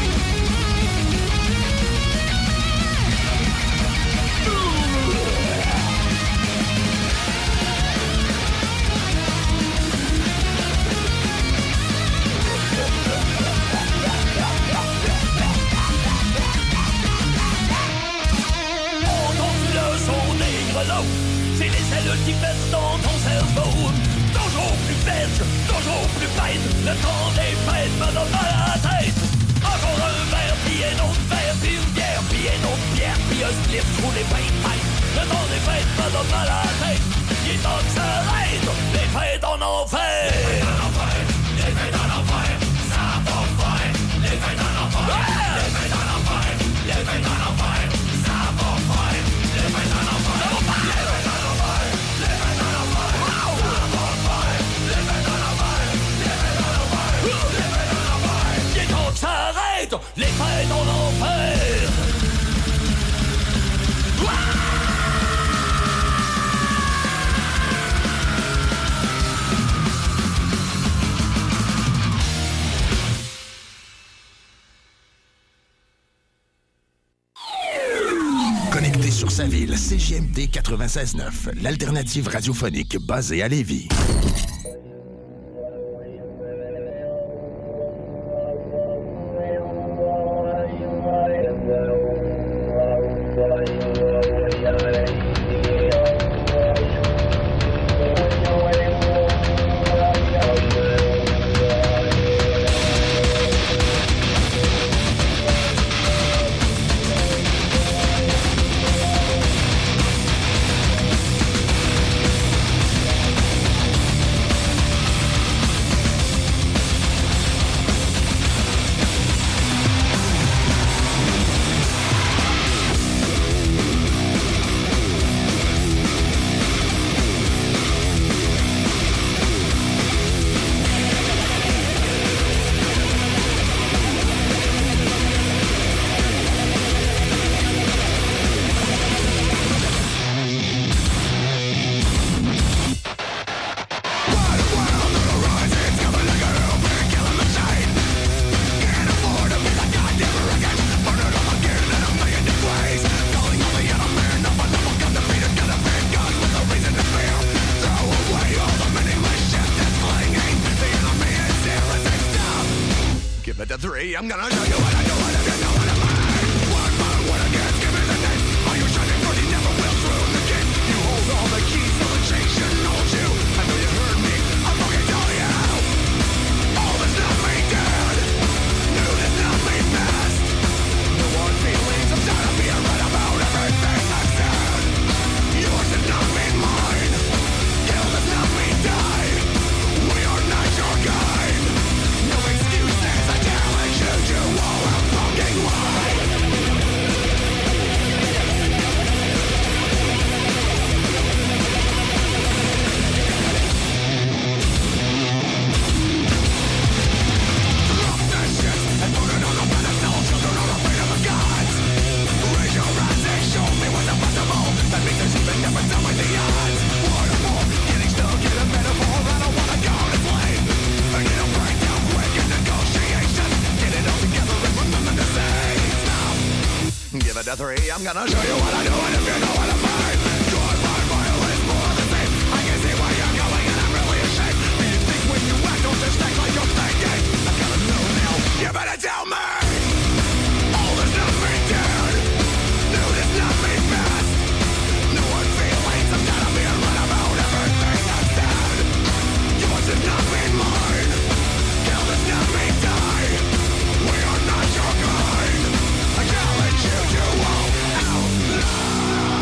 C'est les cellules qui pèsent dans ton cerveau. Toujours plus vite, toujours plus bête. Le temps des fêtes me donne mal à la tête. Encore un verre, puis un autre verre, puis une bière, puis une autre bière, puis un spliff sous les peintes tête. Le temps des fêtes me donne mal à la tête. Il est temps que ça arrête. Les fêtes en enfer. Les fêtes en enfer. Les fêtes en enfer. Ça va faire. Les fêtes en enfer. Les fêtes en enfer. Les fêtes en enfer. Ça va faire. Les fêtes en enfer. Ça va faire. S'arrête, les fêtes en enfer. Connecté sur sa ville, CJMD 96.9, l'alternative radiophonique basée à Lévis. I'm gonna show you what I do, what I do, what I mind. One by one against, give me the name. Are you shining for you never will through the game? You hold all the keys, so the chain shouldn't hold you. I know you heard me, I'm fucking telling you. All that's not me dead, new that's not me past. No hard feelings, I'm tired of being right about everything I've said. Yours does not mean mine, kill does not mean die. We are not your kind. No excuses, I challenge you to all I'm fucking wide. Drop that shit and put it on a pedestal. Children are afraid of the gods. Raise your eyes and show me what's impossible. That makes us even different than with the odds. What a more, getting stuck in a metaphor. I don't wanna go to sleep. I need a breakdown quick in negotiations. Get it all together and remember to say stop. Give it a 3, I'm gonna show you what I do. And if you know what I find, drive my violence more the same. I can see where you're going and I'm really ashamed. Do you think when you act don't just act like you're thinking? I gotta know now, you better tell me. All does not mean dead, new does not mean past. No hard feelings, I'm tired of being right about everything I've said. Yours does not mean mine, kill does not mean die. We are not your kind. I challenge you to all out.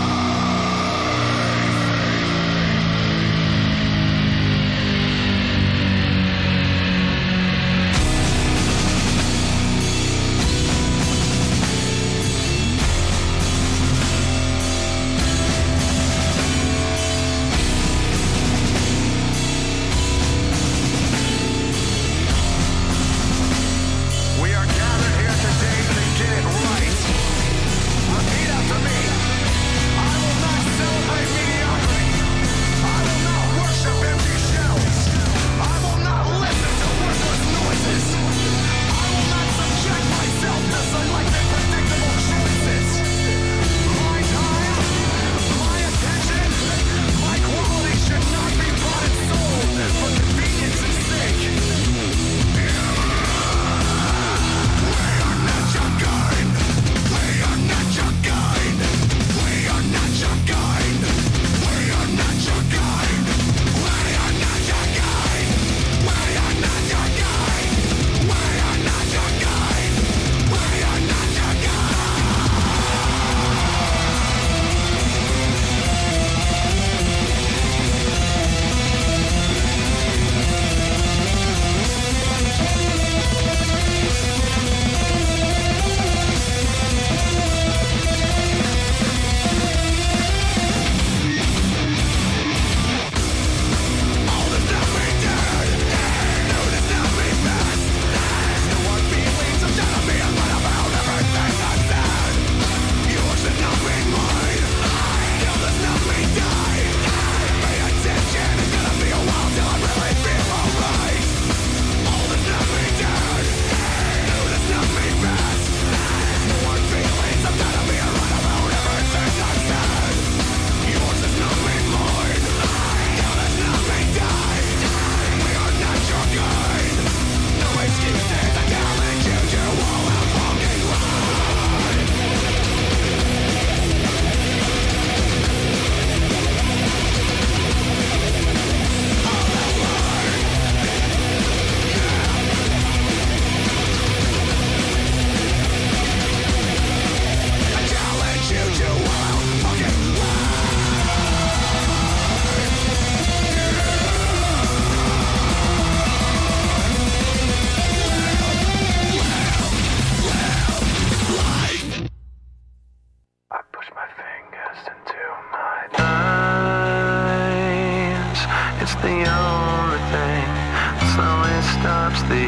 stops the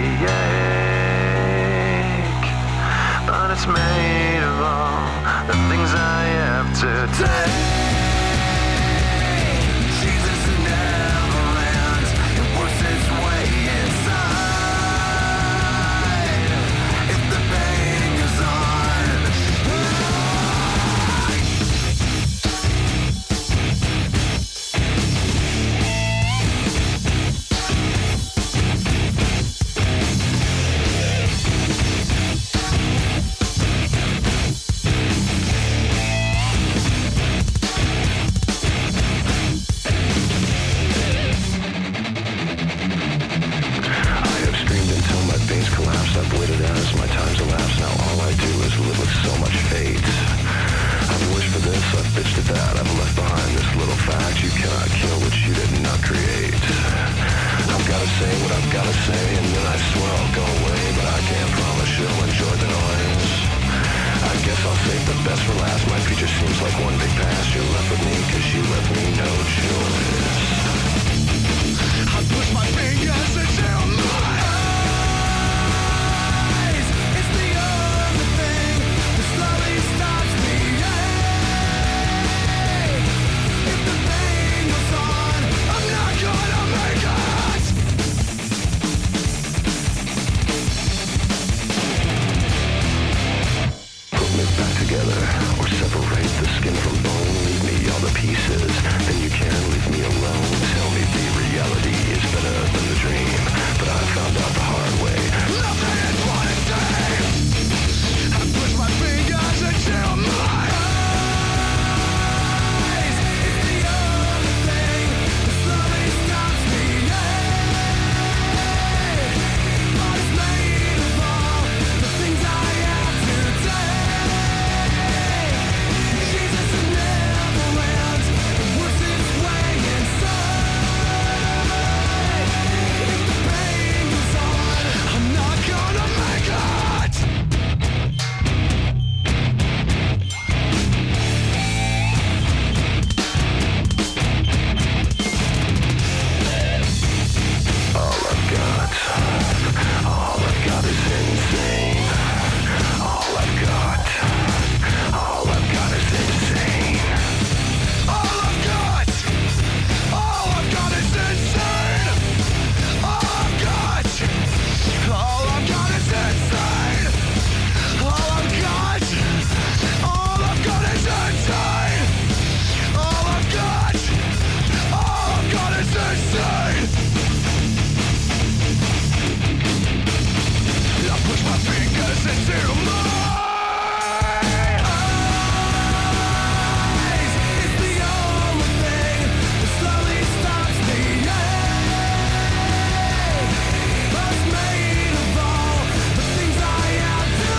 ache. But it's made of all the things I have to take. Jesus never ends. It works its way inside. If the pain goes on. best for last. My future seems like one big past. You're left with me cause you left me no choice. I push my fingers into my eyes. It's the only thing that slowly stops me. If the pain goes on, I'm not gonna make it. Put me back together, or separate the skin from bone. Leave me all the pieces, then you can leave me alone. Tell me the reality is better than the dream, but I found out the hard way. Nothing is what it seems. I push my fingers into my eyes. It's the only thing that slowly stops me. But it's made of all the things I have to take. Jesus never ends, it works its way inside. If the pain goes on, I'm not gonna make it. All I've got is insane. All I've got is insane. All I've got is insane. All I've got is insane. All I've got is insane. All I've got is insane. I push my fingers into my eyes. It's the only thing that slowly stops me. But it's made of all the things I have to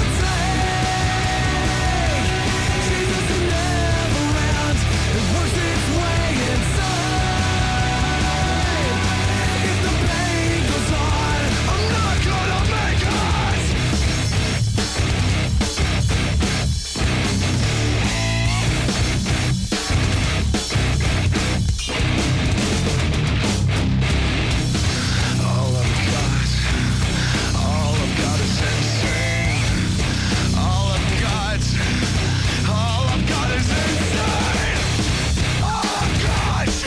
take. Jesus never ends, it works its way inside. If the pain goes on, I'm not gonna make it. All I've got is insane. All I've got is insane. All I've got is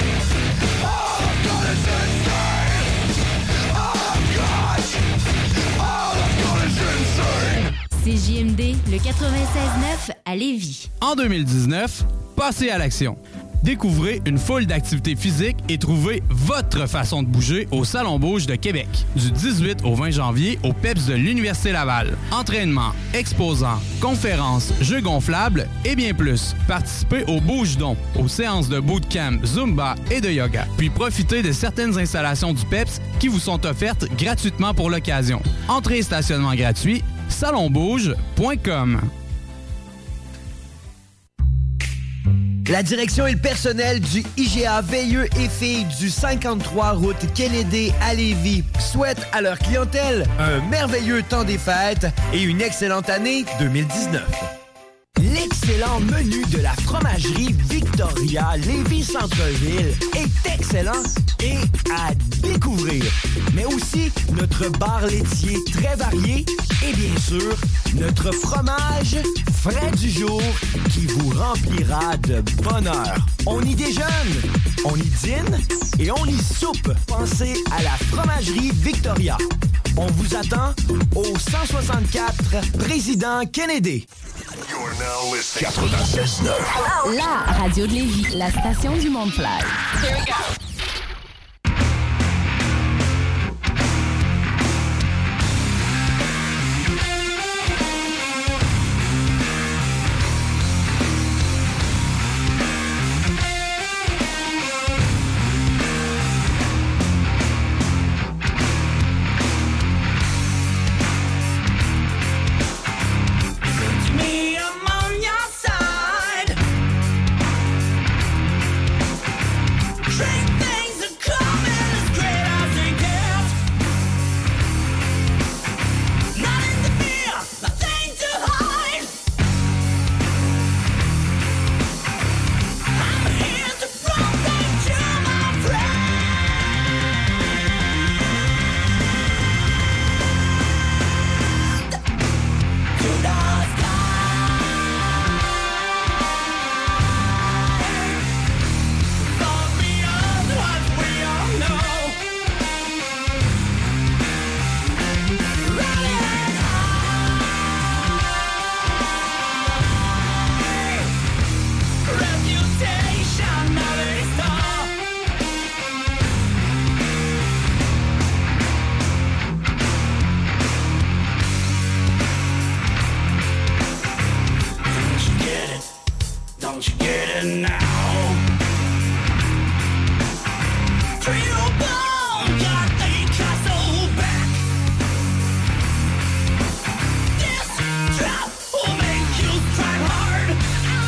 insane. CJMD, le 96.9 à Lévis. En 2019, passez à l'action. Découvrez une foule d'activités physiques et trouvez votre façon de bouger au Salon Bouge de Québec. Du 18 au 20 janvier au PEPS de l'Université Laval. Entraînement, exposants, conférences, jeux gonflables et bien plus. Participez au Bouge-Don, aux séances de bootcamp, Zumba et de yoga. Puis profitez de certaines installations du PEPS qui vous sont offertes gratuitement pour l'occasion. Entrée et stationnement gratuit, salonbouge.com. La direction et le personnel du IGA Veilleux et Filles du 53 route Kennedy à Lévis souhaitent à leur clientèle un merveilleux temps des fêtes et une excellente année 2019. L'excellent menu de la fromagerie Victoria Lévis Centre-Ville est excellent et à découvrir. Mais aussi notre bar laitier très varié et bien sûr notre fromage frais du jour qui vous remplira de bonheur. On y déjeune, on y dîne et on y soupe. Pensez à la fromagerie Victoria. On vous attend au 164 Président Kennedy. 96.9. La radio de Lévis, la station du Mont-Fly. Here we go. Me, I'm on your side. Drink and now. Real got a castle back. This trap will make you cry hard.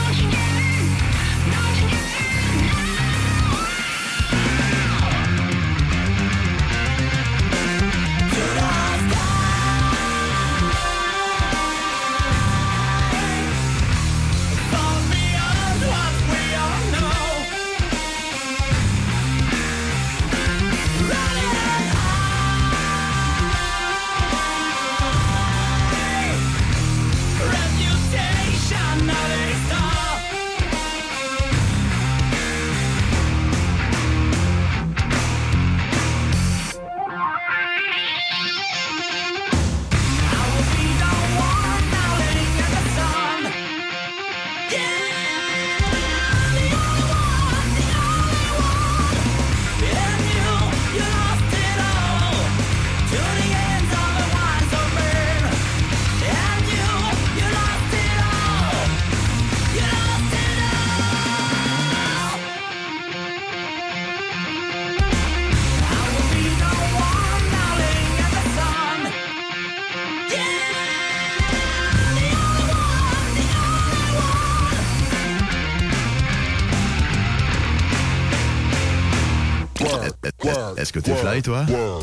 Est-ce que t'es fly, toi?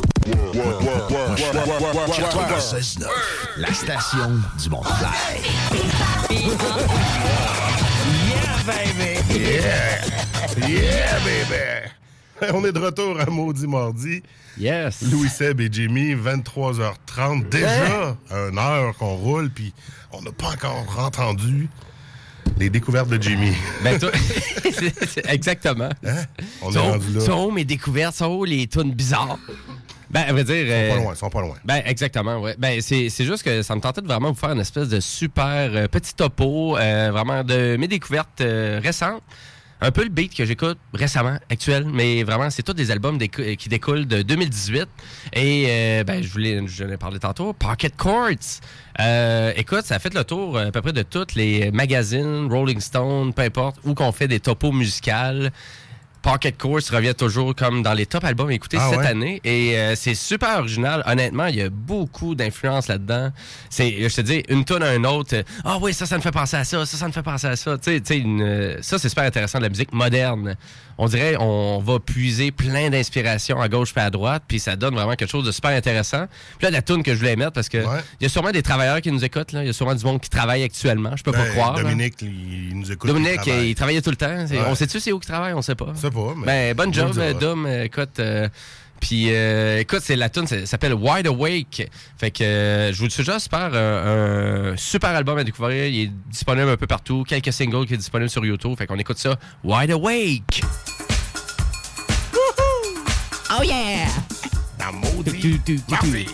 96.9, la station du Mont-Fly. Yeah, baby! Yeah! Yeah, baby! On est de retour à Maudit Mardi. Yes! Louis Seb et Jimmy, 23h30. Déjà, une heure qu'on roule, puis on n'a pas encore entendu les découvertes de Jimmy. Ben, toi, exactement. Hein? On est rendu là. Sont mes découvertes, sont les tunes bizarres. Ben, à vrai dire... Ils sont pas loin. Ben, exactement, ouais. Ben, c'est juste que ça me tentait de vraiment vous faire une espèce de super petit topo, vraiment de mes découvertes récentes. Un peu le beat que j'écoute récemment, actuel, mais vraiment, c'est tous des albums qui découlent de 2018. Et, ben, je l'ai parlé tantôt, Pocket Courts. Écoute, ça a fait le tour à peu près de tous les magazines, Rolling Stone, peu importe, où qu'on fait des topos musicales. Pocket Courts revient toujours comme dans les top albums écoutés cette année. Et c'est super original. Honnêtement, il y a beaucoup d'influence là-dedans. Je te dis, une tonne à une autre. Ah oui, ça me fait penser à ça. Ça me fait penser à ça. Ça, c'est super intéressant de la musique moderne. On dirait on va puiser plein d'inspiration à gauche et à droite, puis ça donne vraiment quelque chose de super intéressant. Puis là, la toune que je voulais mettre, parce que il y a sûrement des travailleurs qui nous écoutent. Il y a sûrement du monde qui travaille actuellement. Je peux pas croire. Dominique, il nous écoute. Dominique, il travaillait tout le temps. On sait-tu c'est où qu'il travaille? On sait pas. Mais bonne job, Dom. Écoute, puis écoute, c'est la tune, ça s'appelle Wide Awake. Fait que je vous suggère un super album à découvrir. Il est disponible un peu partout. Quelques singles qui sont disponibles sur YouTube. Fait qu'on écoute ça. Wide Awake. Oh yeah! La maudit Mardi.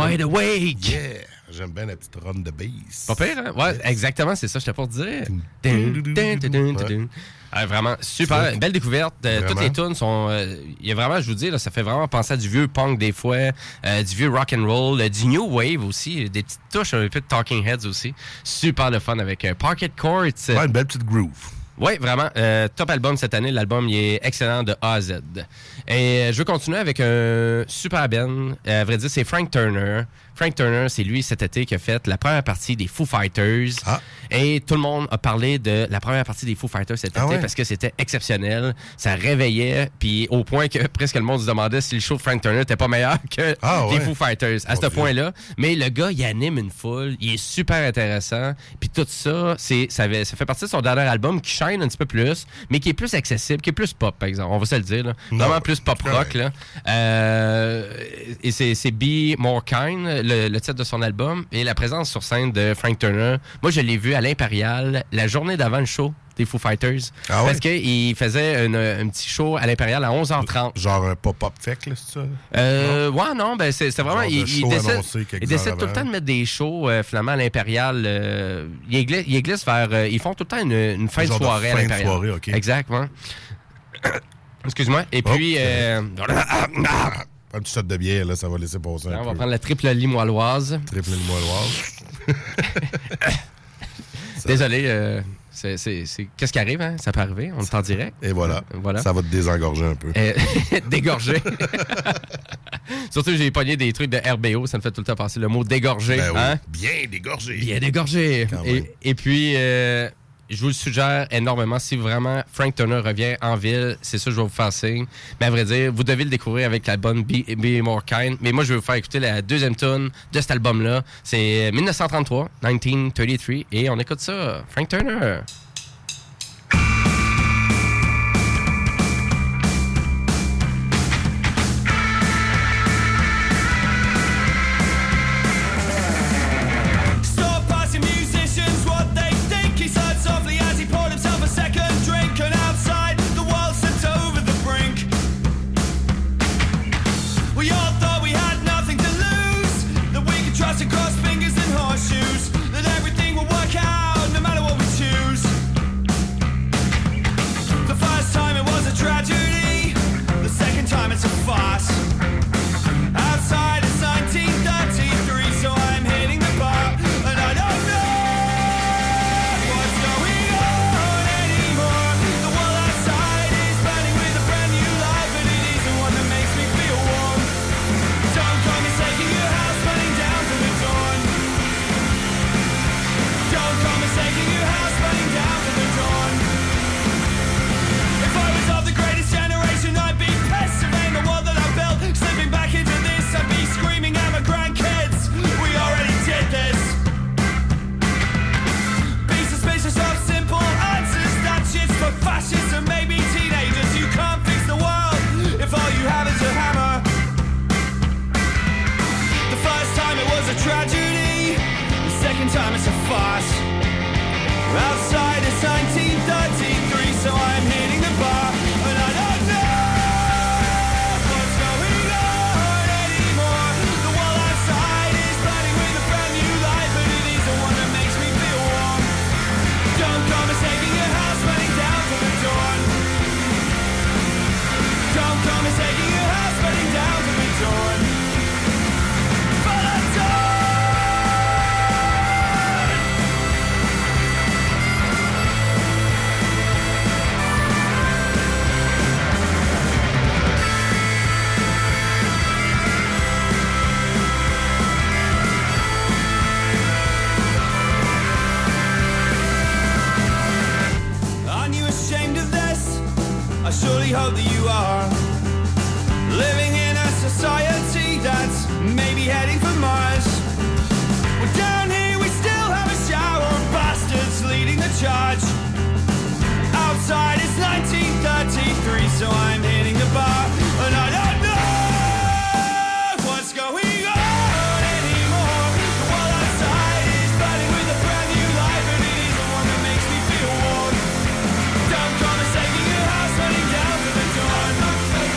Wide Awake. Yeah. J'aime bien la petite run de bass. Pas pire, hein? Ouais, exactement, c'est ça, j'étais pour te dire. Vraiment, super. Belle découverte. Toutes les tunes sont... Il y a vraiment, je vous dis, là, ça fait vraiment penser à du vieux punk des fois, du vieux rock and roll, du new wave aussi, des petites touches, un peu de Talking Heads aussi. Super le fun avec Parquet Courts. Ouais, une belle petite groove. Oui, vraiment. Top album cette année. L'album, il est excellent de A à Z. Et je veux continuer avec un super band. À vrai dire, c'est Frank Turner. Frank Turner, c'est lui cet été qui a fait la première partie des Foo Fighters. Ah. Et tout le monde a parlé de la première partie des Foo Fighters cet été parce que c'était exceptionnel. Ça réveillait, puis au point que presque le monde se demandait si le show de Frank Turner n'était pas meilleur que les Foo Fighters à ce point-là. Mais le gars, il anime une foule. Il est super intéressant. Puis tout ça, ça fait partie de son dernier album qui shine un petit peu plus, mais qui est plus accessible, qui est plus pop, par exemple. On va se le dire. Là. Vraiment plus pop-rock. Là. Et c'est Be More Kind, le titre de son album, et la présence sur scène de Frank Turner. Moi, je l'ai vu à l'Impérial la journée d'avant le show des Foo Fighters. Ah parce qu'il faisait un petit show à l'Impérial à 11h30. Genre un pop-up fake, là, c'est ça? Ouais, non, ben c'est vraiment... Il décide tout le temps de mettre des shows, finalement, à l'Impérial. Il glisse vers... ils font tout le temps une fin de soirée à l'Impérial. Fin de soirée, OK. Exactement. Excuse-moi. Et puis... Un petit shot de bière, là, ça va laisser passer un peu. On va prendre la triple limoilloise. Triple limoilloise. Désolé, qu'est-ce qui arrive, hein? Ça peut arriver, on est en direct. Et voilà. Ça va te désengorger un peu. Dégorger. Surtout, j'ai pogné des trucs de RBO, ça me fait tout le temps passer le mot dégorger. Ben oui. Hein? Bien dégorgé. Bien dégorgé. Et puis... je vous le suggère énormément. Si vraiment Frank Turner revient en ville, c'est ça que je vais vous faire signe. Mais à vrai dire, vous devez le découvrir avec l'album Be More Kind. Mais moi, je vais vous faire écouter la deuxième tune de cet album-là. C'est 1933, et on écoute ça. Frank Turner. Across fingers and horseshoes, that everything will work out no matter what we choose. The first time it was a tragedy, the second time it's a farce. Outside it's 1933, so I'm hitting the bar, and I don't know what's going on anymore. The world outside is burning with a brand new light, but it isn't one that makes me feel warm. Don't come and taking your house, burning down to the dawn. Don't come and taking your house, burning down to the dawn. If I was of the greatest generation, I'd be pissed, surveying the world that I built. Slipping back into this, I'd be screaming at my grandkids. We already did this. Be suspicious of simple answers. That shit's for fascists and maybe teenagers. You can't fix the world if all you have is a hammer. The first time it was a tragedy, the second time it's a farce. Outside it's 1933, so I'm hitting the bar, and I don't know what's going on anymore. The wall outside is burning with a brand new light, but it isn't one that makes me feel warm. Don't come and taking your house, burning down to the dawn. Don't come and taking your house, burning down to the dawn. For the dawn. Aren't you ashamed of this? I surely hope that you are. Living in a society that's maybe heading for Mars. Well, down here we still have a shower of bastards leading the charge. Outside it's 1933, so I'm hitting the bar, and I don't know what's going on anymore. The world outside is burning with a brand new light, but it isn't one that makes me feel warm. Don't come and taking your house, running down to the dawn.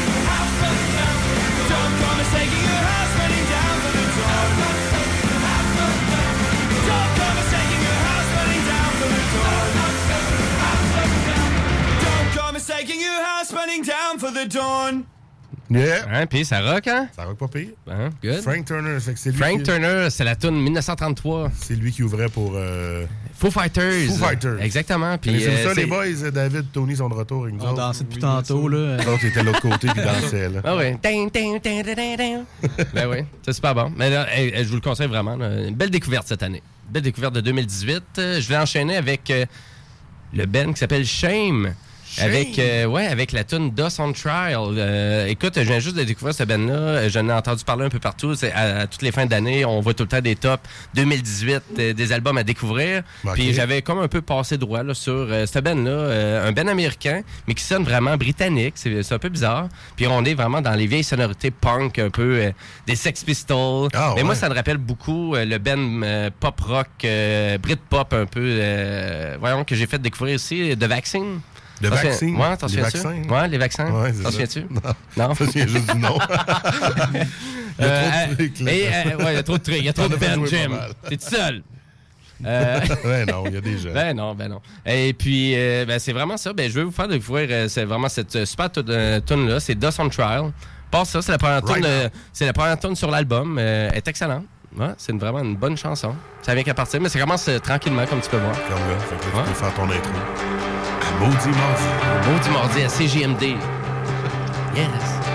the dawn. Yeah. Hein, puis ça rock, hein? Ça rock pas pire. Hein, good. Frank Turner, fait que c'est lui Frank Turner, c'est la tune 1933. C'est lui qui ouvrait pour... Foo Fighters. Foo Fighters. Exactement. Puis c'est ça, les boys, David, Tony sont de retour avec nous. On dansait depuis tantôt, là. L'autre était de l'autre côté qui dansait, là. Ah oui. Ben oui, c'est super bon. Mais là, je vous le conseille vraiment. Là. Une belle découverte cette année. Belle découverte de 2018. Je vais enchaîner avec le band qui s'appelle Shame. Avec la tune Dust on Trial. Écoute, je viens juste de découvrir ce band-là. J'en ai entendu parler un peu partout. C'est à toutes les fins d'année, on voit tout le temps des tops 2018, des albums à découvrir. Okay. Puis j'avais comme un peu passé droit là, sur ce band-là. Un band américain, mais qui sonne vraiment britannique. C'est un peu bizarre. Puis on est vraiment dans les vieilles sonorités punk, un peu des Sex Pistols. Mais moi, ça me rappelle beaucoup le band pop-rock, Britpop un peu. Voyons, que j'ai fait découvrir aussi, The Vaccine. Le vaccin? Ouais, t'en souviens-tu? Ouais, les vaccins. Ouais, t'en souviens-tu? Non. Je me souviens juste du nom. Il y a trop de trucs. Il y a trop de trucs. Il y a trop de bands, Jim. T'es tout seul. Ben non, il y a des gens. Ben non. Et puis, c'est vraiment ça. Ben, je vais vous faire découvrir c'est vraiment cette super tune-là. C'est Dust on Trial. Pas ça, c'est la première tune sur l'album. Elle est excellente. Ouais, c'est vraiment une bonne chanson. Ça vient qu'à partir, mais ça commence tranquillement, comme tu peux voir. Comme là, fait que là, tu peux faire ton intro. Maudit mardi. Maudit mardi à CJMD. Yes.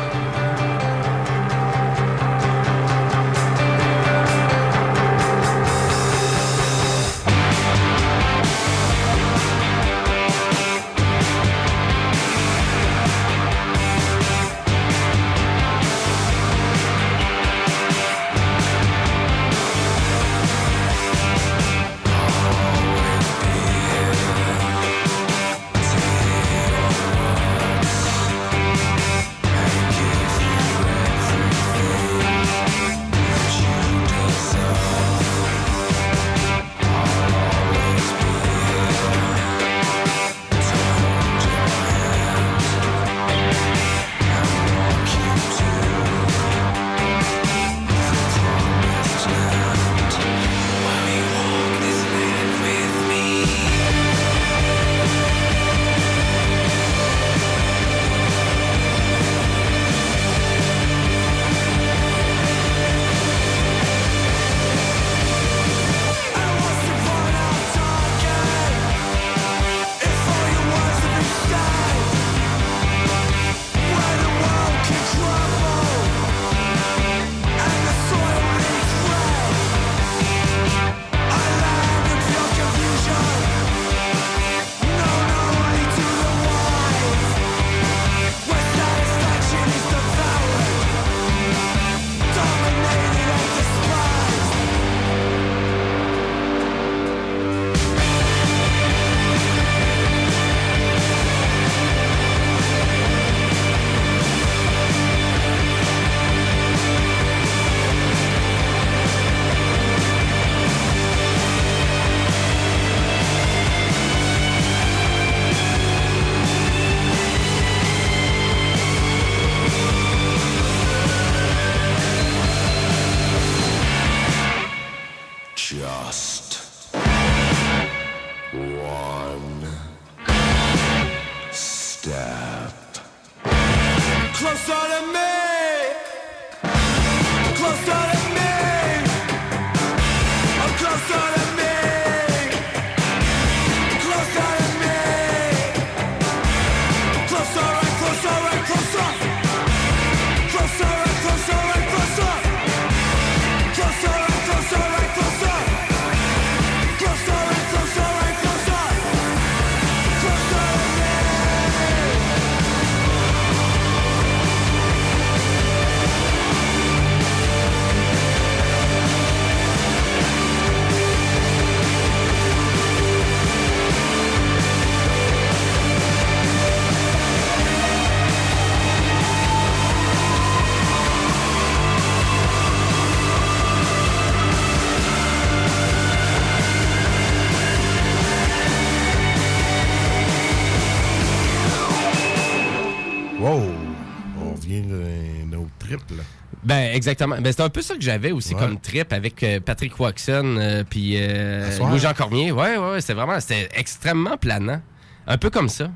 Ben, exactement. Ben, c'est un peu ça que j'avais aussi comme trip avec Patrick Watson puis Louis-Jean Cormier. Ouais, c'était extrêmement planant. Un peu comme ça.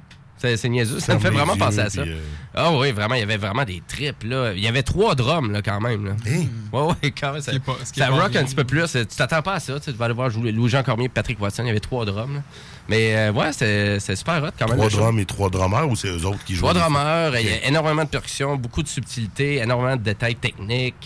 C'est niaiseux. Ça me fait vraiment penser à ça. Ah oui, vraiment, il y avait vraiment des trips, là. Il y avait 3 drums, là, quand même. Là. Ouais, quand même. Ça rock un petit peu plus. Tu t'attends pas à ça. Tu vas aller voir Louis-Jean Cormier et Patrick Watson. Il y avait 3 drums, là. Mais ouais, c'est super hot quand même. 3 drums et 3 drummers ou c'est eux autres qui jouent? 3 drummers, il y a énormément de percussions, beaucoup de subtilité, énormément de détails techniques.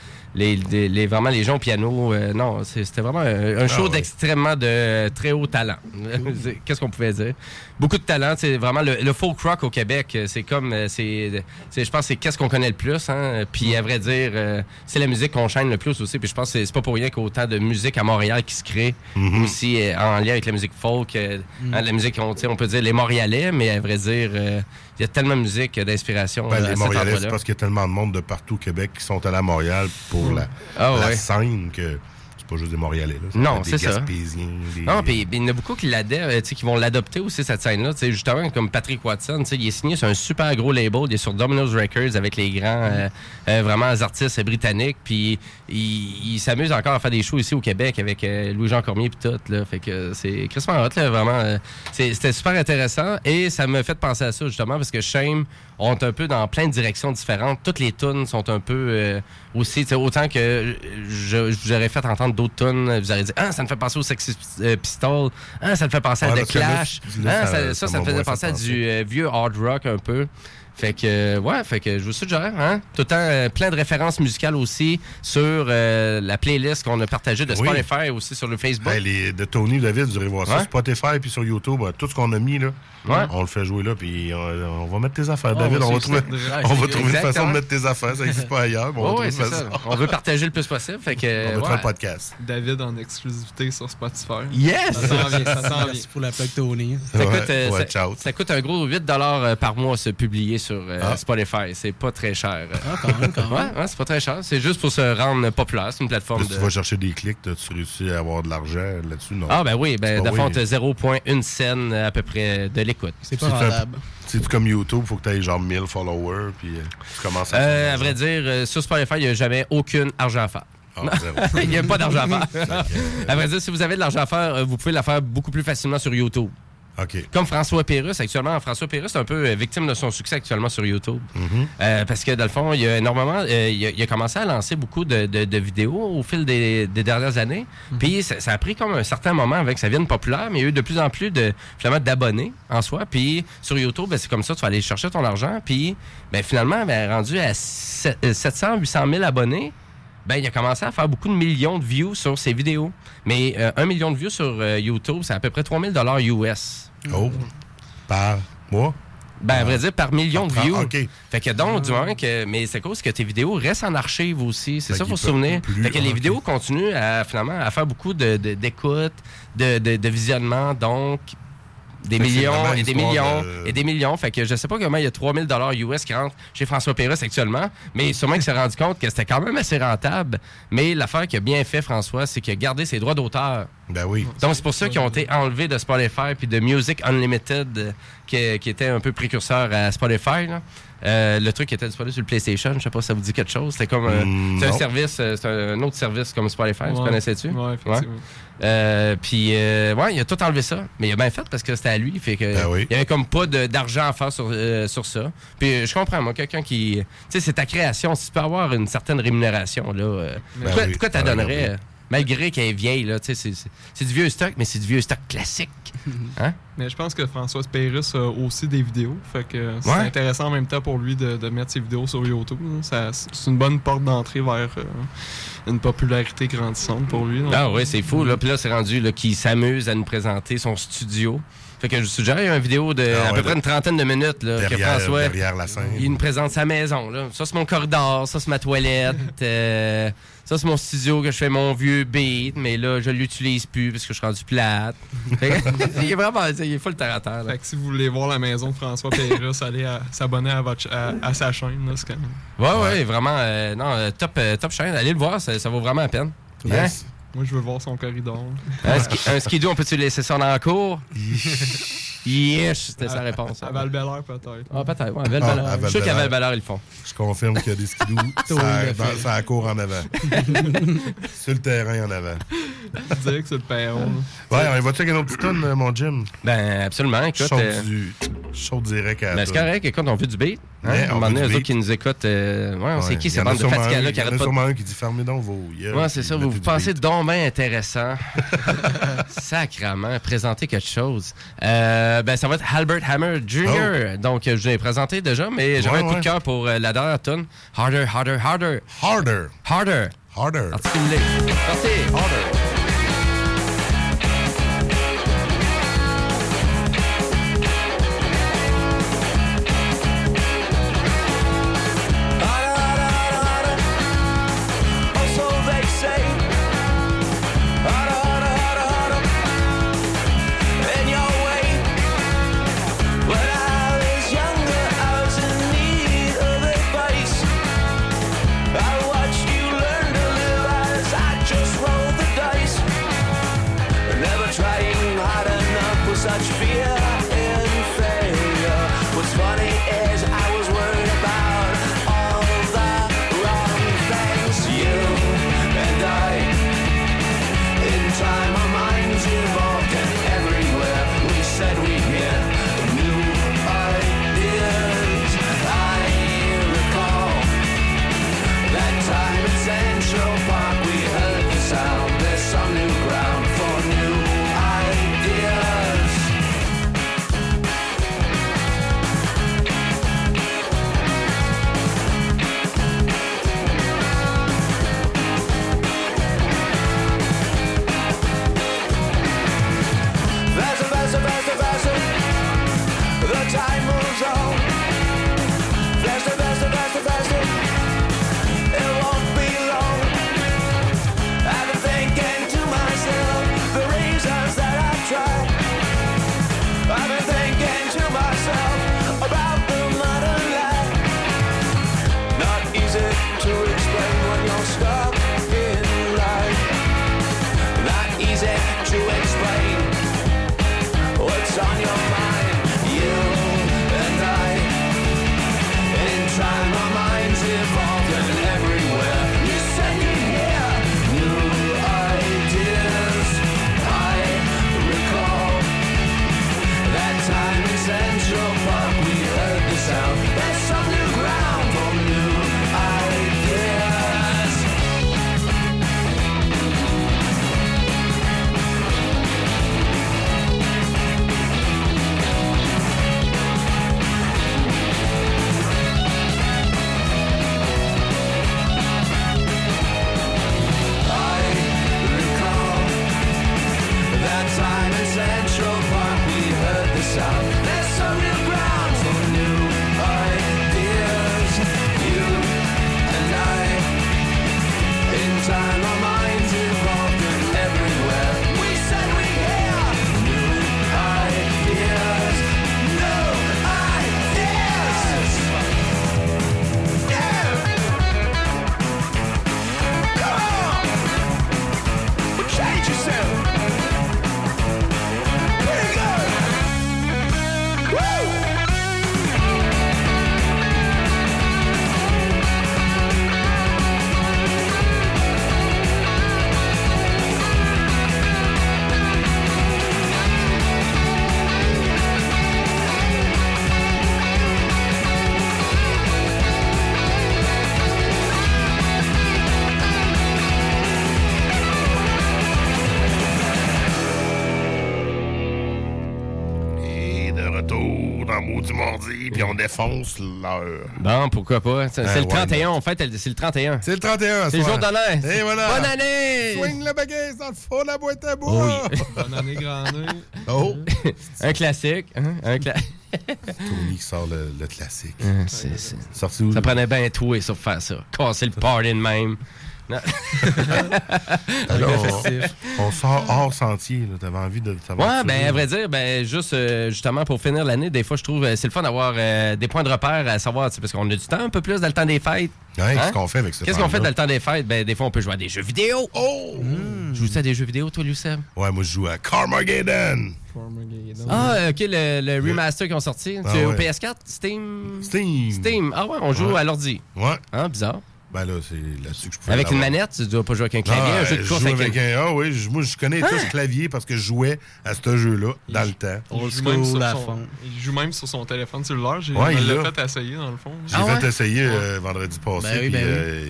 Vraiment les gens au piano, non, c'était vraiment un show d'extrêmement de très haut talent. Qu'est-ce qu'on pouvait dire? Beaucoup de talent, c'est vraiment le folk rock au Québec, c'est comme, je pense c'est qu'est-ce qu'on connaît le plus, hein? Puis à vrai dire, c'est la musique qu'on chaîne le plus aussi, puis je pense que c'est pas pour rien qu'il y a autant de musique à Montréal qui se crée, aussi en lien avec la musique folk, la musique, on peut dire les Montréalais, mais à vrai dire, il y a tellement de musique d'inspiration. Les Montréalais, c'est parce qu'il y a tellement de monde de partout au Québec qui sont allés à Montréal pour la scène que c'est pas juste des Montréalais. Là. Non, c'est ça. Des... Non, puis il y en a beaucoup qui vont l'adopter aussi, cette scène-là. Justement, comme Patrick Watson, il est signé sur un super gros label. Il est sur Domino's Records avec les grands vraiment artistes britanniques. Puis il s'amuse encore à faire des shows ici au Québec avec Louis-Jean Cormier et tout. Là. Fait que c'est crissement hot, là, vraiment. C'était super intéressant. Et ça m'a fait penser à ça, justement, parce que Shame ont un peu dans plein de directions différentes. Toutes les tunes sont un peu aussi, autant que je vous aurais fait entendre d'autres tunes, vous aurez dit « Ah, ça me fait penser au Sex Pistols. Ah, ça me fait penser à The Clash. Ça me fait penser à du vieux hard rock un peu. » Fait que je vous suggère, hein? Tout le temps, plein de références musicales aussi sur la playlist qu'on a partagée de Spotify aussi sur le Facebook. De Tony David, vous irez voir ça. Spotify puis sur YouTube, tout ce qu'on a mis, là, on le fait jouer là, puis on va mettre tes affaires. David, on va trouver une façon de mettre tes affaires. Ça n'existe pas ailleurs. C'est ça. On veut partager le plus possible. Fait que, on va faire le podcast. David en exclusivité sur Spotify. Yes! Ça s'en vient. Merci pour la plug Tony. Ça coûte un gros $8 par mois se publier sur Spotify. C'est pas très cher. Quand même. Ouais, c'est pas très cher. C'est juste pour se rendre populaire. C'est une plateforme. Tu vas chercher des clics, tu réussis à avoir de l'argent là-dessus, non? Ah, ben oui. De fond, tu as 0,1 cent à peu près de l'écoute. C'est pas rentable. C'est comme YouTube, il faut que tu aies genre 1000 followers, puis tu commences à vrai dire, sur Spotify, il n'y a jamais aucun argent à faire. Il n'y a pas d'argent à faire. À vrai dire, si vous avez de l'argent à faire, vous pouvez la faire beaucoup plus facilement sur YouTube. Okay. Comme François Pérusse, actuellement. François Pérusse est un peu victime de son succès actuellement sur YouTube. Parce que, dans le fond, il y a énormément... il a commencé à lancer beaucoup de vidéos au fil des dernières années. Puis ça a pris comme un certain moment avec que ça vienne populaire, mais il y a eu de plus en plus d'abonnés en soi. Puis sur YouTube, c'est comme ça, tu vas aller chercher ton argent. Puis finalement, rendu à 700, 800 000 abonnés, il a commencé à faire beaucoup de millions de views sur ses vidéos. Mais 1 million de views sur YouTube, c'est à peu près 3 000 US. Oh! Par mois? À vrai dire, par million de views. Okay. Fait que donc, du moment que... Mais c'est cause que tes vidéos restent en archive aussi. C'est ça, il faut se souvenir. Fait que les vidéos continuent à faire beaucoup d'écoute, de visionnement, donc... Des millions et des millions et des millions. Fait que je sais pas comment il y a 3 000 US qui rentrent chez François Pérusse actuellement, mais sûrement qu'il s'est rendu compte que c'était quand même assez rentable. Mais l'affaire qu'il a bien fait, François, c'est qu'il a gardé ses droits d'auteur. Ben oui. Donc c'est pour ça qu'ils ont été enlevés de Spotify puis de Music Unlimited, qui était un peu précurseur à Spotify, là. Le truc qui était disponible sur le PlayStation, je sais pas si ça vous dit quelque chose. C'était comme c'est un service, c'est un autre service comme Spotify, tu connaissais-tu? Ouais, effectivement. Puis il a tout enlevé ça, mais il a bien fait parce que c'était à lui, fait que il y avait comme pas d'argent à faire sur ça. Puis je comprends, moi, quelqu'un qui, tu sais, c'est ta création, si tu peux avoir une certaine rémunération là, pourquoi t'en donnerais? Malgré qu'elle est vieille, là, c'est du vieux stock, mais c'est du vieux stock classique. Hein? Mais je pense que François Pérusse a aussi des vidéos. Fait que c'est intéressant en même temps pour lui de mettre ses vidéos sur YouTube. C'est une bonne porte d'entrée vers une popularité grandissante pour lui. Ah oui, c'est fou. Là. Puis là, c'est rendu qu'il s'amuse à nous présenter son studio. Fait que je vous suggère, il y a une vidéo de à peu près une trentaine de minutes là, que François, derrière la scène. Il nous présente sa maison. Là. Ça, c'est mon corridor, ça, c'est ma toilette. Ça, c'est mon studio que je fais mon vieux beat, mais là, je l'utilise plus parce que je suis rendu plate. Il est vraiment, il est full terre-à-terre. Fait que si vous voulez voir la maison de François Pérusse, allez s'abonner à sa chaîne. Là, c'est quand même... Ouais, vraiment. Top chaîne. Allez le voir, ça vaut vraiment la peine. Yes. Moi, je veux voir son corridor. Un skidoo, on peut-tu laisser ça dans la cour? Yes, c'était sa réponse. À Val-Bélair, peut-être. Ah, peut-être, ouais. Je suis sûr qu'à Val-Bélair, ils le font. Je confirme qu'il y a des skidoo ça la cour en avant. Sur le terrain en avant. Je dirais que c'est le perron. Ouais, on va-tu avec une autre petite tonne, mon Jim? Ben, absolument. Écoute, Chaud direct à Mais c'est correct, écoute, on veut du beat. Hein? À un moment donné, eux autres qui nous écoutent. C'est qui cette bande de fatigants-là qui arrête pas? Il y en a sûrement un qui dit fermez donc vos yeux. Ouais, c'est ça. Vous pensez donc bien intéressant. Sacrement, présenter quelque chose. Ça va être Albert Hammer Jr. Donc, je l'ai présenté déjà, mais j'avais un coup de cœur pour la dernière tune. Harder, harder, harder. Harder. Harder. Harder. Articulé. Sortez. Harder. Such fear in failure. What's funny is I was worried about all the wrong things. You and I, in time our minds evolved, and everywhere we said we'd hear new ideas. I recall that time in Central Park we heard the sound. There's some new ground for new ideas. The time moves on. Faster, faster, faster, faster. It won't be long. I've been thinking to myself the reasons that I've tried. I've been thinking to myself about the modern life. Not easy to explain when you're stuck in life. Not easy to explain what's on your mind. Time our minds evolved, and everywhere you said you hear new ideas. I recall that time in Central Park we heard the sound. There's some new ground for new ideas. Time in Central Park we heard the sound. There's some new ground for new ideas. You and I, in time our minds evolved, and everywhere we said we hear new ideas. New ideas. Yeah. Come on. Well, change yourself. Du mardi, puis on défonce l'heure. Bon, pourquoi pas? C'est le 31, en fait, c'est le 31. C'est le 31, c'est le jour de l'an. Et voilà. Bonne année! Swing le bagage dans le fond de la boîte à bois. Oui. Bonne année, grand nez. Oh! Un classique. Hein? Tony qui sort le classique. C'est... Sorti où? Ça prenait bien tout et ça pour faire ça. Casser le party de même. Alors, on sort hors sentier. T'avais envie de savoir. Ouais, ben à vrai dire, juste justement pour finir l'année, des fois je trouve c'est le fun d'avoir des points de repère à savoir, parce qu'on a du temps un peu plus dans le temps des fêtes. Ouais, qu'est-ce qu'on fait avec ça? Qu'est-ce qu'on fait dans le temps des fêtes? Ben des fois on peut jouer à des jeux vidéo. Oh! Joues-tu à des jeux vidéo, toi, Lucien? Ouais, moi je joue à Carmageddon. Ah, ok, le remaster qu'ils ont sorti. Ah, Tu es au ouais. PS4? Steam. Ah ouais, on joue à l'ordi. Ouais. Ah, bizarre. Ben là, c'est là-dessus que je pouvais Avec une l'avoir. manette, tu dois pas jouer avec un clavier, un jeu de course avec un... Ah oui, moi, je connais tous clavier parce que je jouais à ce jeu-là dans le temps. Il joue même sur son téléphone cellulaire. Il l'a fait essayer, dans le fond. J'ai fait essayer vendredi passé, puis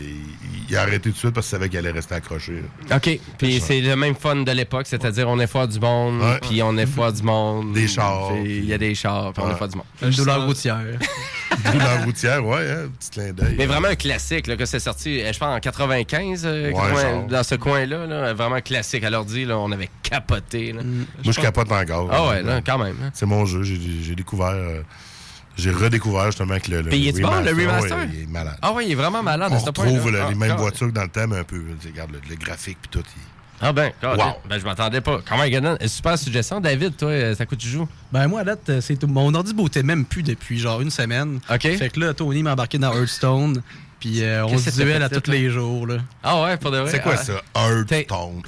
il a arrêté tout de suite parce qu'il savait qu'il allait rester accroché. OK. Puis c'est le même fun de l'époque, c'est-à-dire on est foire du monde, puis on est foire du monde. Des chars. Il y a des chars, puis on est foire du monde. Une douleur routière. Douleur routière, ouais, hein, petit clin d'œil. Mais vraiment un classique, là, que c'est sorti, je pense, en 95, dans ce coin-là, là, vraiment classique. À l'ordi, là, on avait capoté. Là. Moi, je capote encore. Ah ouais, là, quand même. Hein. C'est mon jeu, j'ai découvert... J'ai redécouvert justement avec le Puis il est bon, le remaster? Ouais, il est malade. Ah oui, il est vraiment malade on à ce point-là. On retrouve les mêmes voitures que dans le temps, mais un peu. Regarde, le graphique puis tout. Ah ben, wow. Ben, je m'attendais pas. Comment il gagne? Super suggestion. David, toi, ça coûte tu joues? Ben moi, à date, c'est tout. Mon ordi bootait même plus depuis genre une semaine. OK. Fait que là, Tony m'a embarqué dans Hearthstone. Puis on se duel à tous les jours. Là. Ah ouais, pour de vrai. C'est quoi ça? Hearthstone.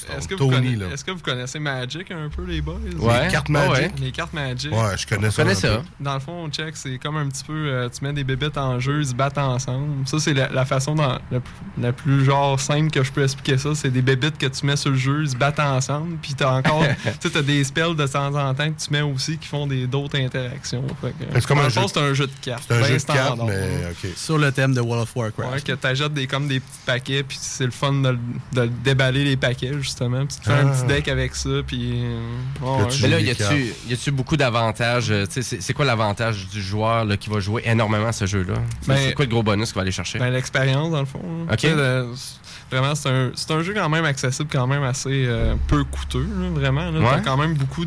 Est-ce que vous connaissez Magic un peu, les boys? Ouais. Les cartes Magic? Les cartes Magic. Ouais, je connais ça. Dans le fond, check, c'est comme un petit peu... tu mets des bébites en jeu, ils se battent ensemble. Ça, c'est la façon la plus genre simple que je peux expliquer ça. C'est des bébites que tu mets sur le jeu, ils se battent ensemble. Puis t'as encore... tu sais, t'as des spells de temps en temps que tu mets aussi qui font d'autres interactions. C'est comme un jeu. C'est un jeu de cartes. C'est un jeu de cartes, mais OK. Sur le thème de World of Warcraft. Ouais, que t'achètes comme des petits paquets, puis c'est le fun de déballer les paquets, justement. Puis tu te fais un petit deck avec ça, puis... Mais là, y a-tu beaucoup d'avantages? C'est quoi l'avantage du joueur là, qui va jouer énormément à ce jeu-là? C'est quoi le gros bonus qu'il va aller chercher? Ben, l'expérience, dans le fond. OK. Vraiment, c'est un jeu quand même accessible, quand même assez peu coûteux, là, vraiment. Là. T'as quand même beaucoup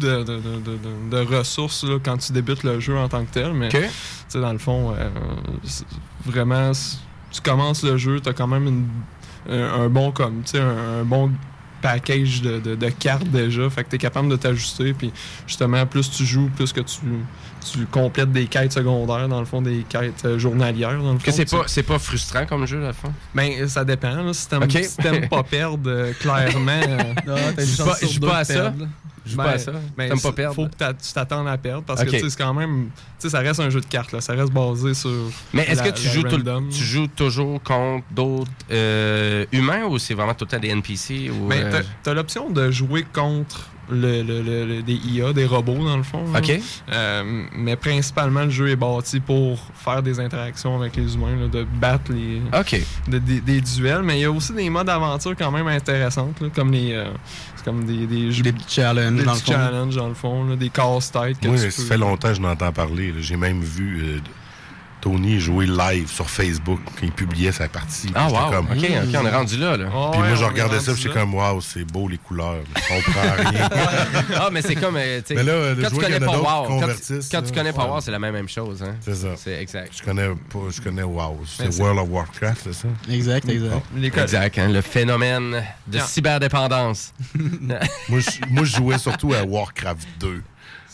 de ressources là, quand tu débutes le jeu en tant que tel, mais dans le fond, vraiment... Tu commences le jeu, tu as quand même un bon package de cartes déjà. Fait que tu es capable de t'ajuster. Puis justement, plus tu joues, plus que tu complètes des quêtes secondaires, dans le fond, des quêtes journalières. Dans le fond, c'est pas frustrant comme jeu, à la fin? Ben, ça dépend. Là. Si t'aimes pas perdre, clairement... je joue pas à ça. Je joue pas à ça. T'aimes pas perdre. Faut que tu t'attendes à perdre parce que c'est quand même... ça reste un jeu de cartes. Là. Ça reste basé sur... Mais est-ce que tu joues toujours contre d'autres humains ou c'est vraiment tout le temps des NPC? T'as l'option de jouer contre des IA, des robots, dans le fond. OK. Mais principalement, le jeu est bâti pour faire des interactions avec les humains, là, de battre des duels. Mais il y a aussi des modes d'aventure quand même intéressantes, là, comme les... c'est comme des petits challenges, dans le fond, là, des casse-têtes. Oui, ça fait longtemps que je n'entends parler. Là. J'ai même vu Tony jouer live sur Facebook quand il publiait sa partie. Ah, wow. Comme, OK, on est rendu là. Puis moi, je regardais ça, j'étais comme, waouh, c'est beau les couleurs. Je comprends rien. Ah, mais c'est comme. Mais là, quand tu connais pas WoW, quand tu connais pas WoW, c'est la même chose. Hein? C'est ça. C'est exact. Je connais WoW. C'est World of Warcraft, c'est ça? Exact. Exact, hein, le phénomène de cyberdépendance. Moi, je jouais surtout à Warcraft 2.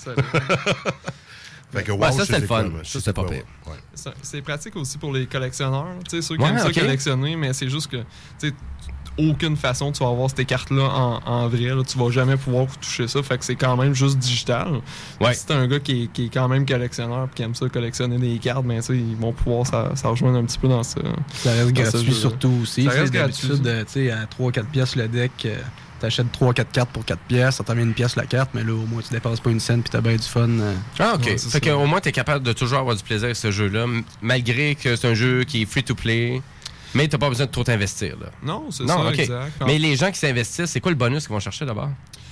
Fait que ça, c'était le fun. Ça, c'était pas pire. C'est pratique aussi pour les collectionneurs. Ceux qui aiment ça collectionner, mais c'est juste que aucune façon tu vas avoir ces cartes-là en vrai. Là, tu vas jamais pouvoir toucher ça. Fait que c'est quand même juste digital. Si t'es un gars qui est quand même collectionneur et qui aime ça collectionner des cartes, ben, ils vont pouvoir ça rejoindre un petit peu dans ça. Ça reste gratuit surtout aussi. Ça reste gratuit. À 3-4 pièces le deck... T'achètes 3-4 cartes pour 4 pièces, ça t'en vient une pièce la carte, mais là, au moins, tu dépenses pas une scène puis t'as bien du fun. Ah, OK. Fait qu'au moins, t'es capable de toujours avoir du plaisir avec ce jeu-là, malgré que c'est un jeu qui est free-to-play, mais t'as pas besoin de trop t'investir, là. Non, c'est ça, okay. exact. Mais les gens qui s'investissent, c'est quoi le bonus qu'ils vont chercher d'abord?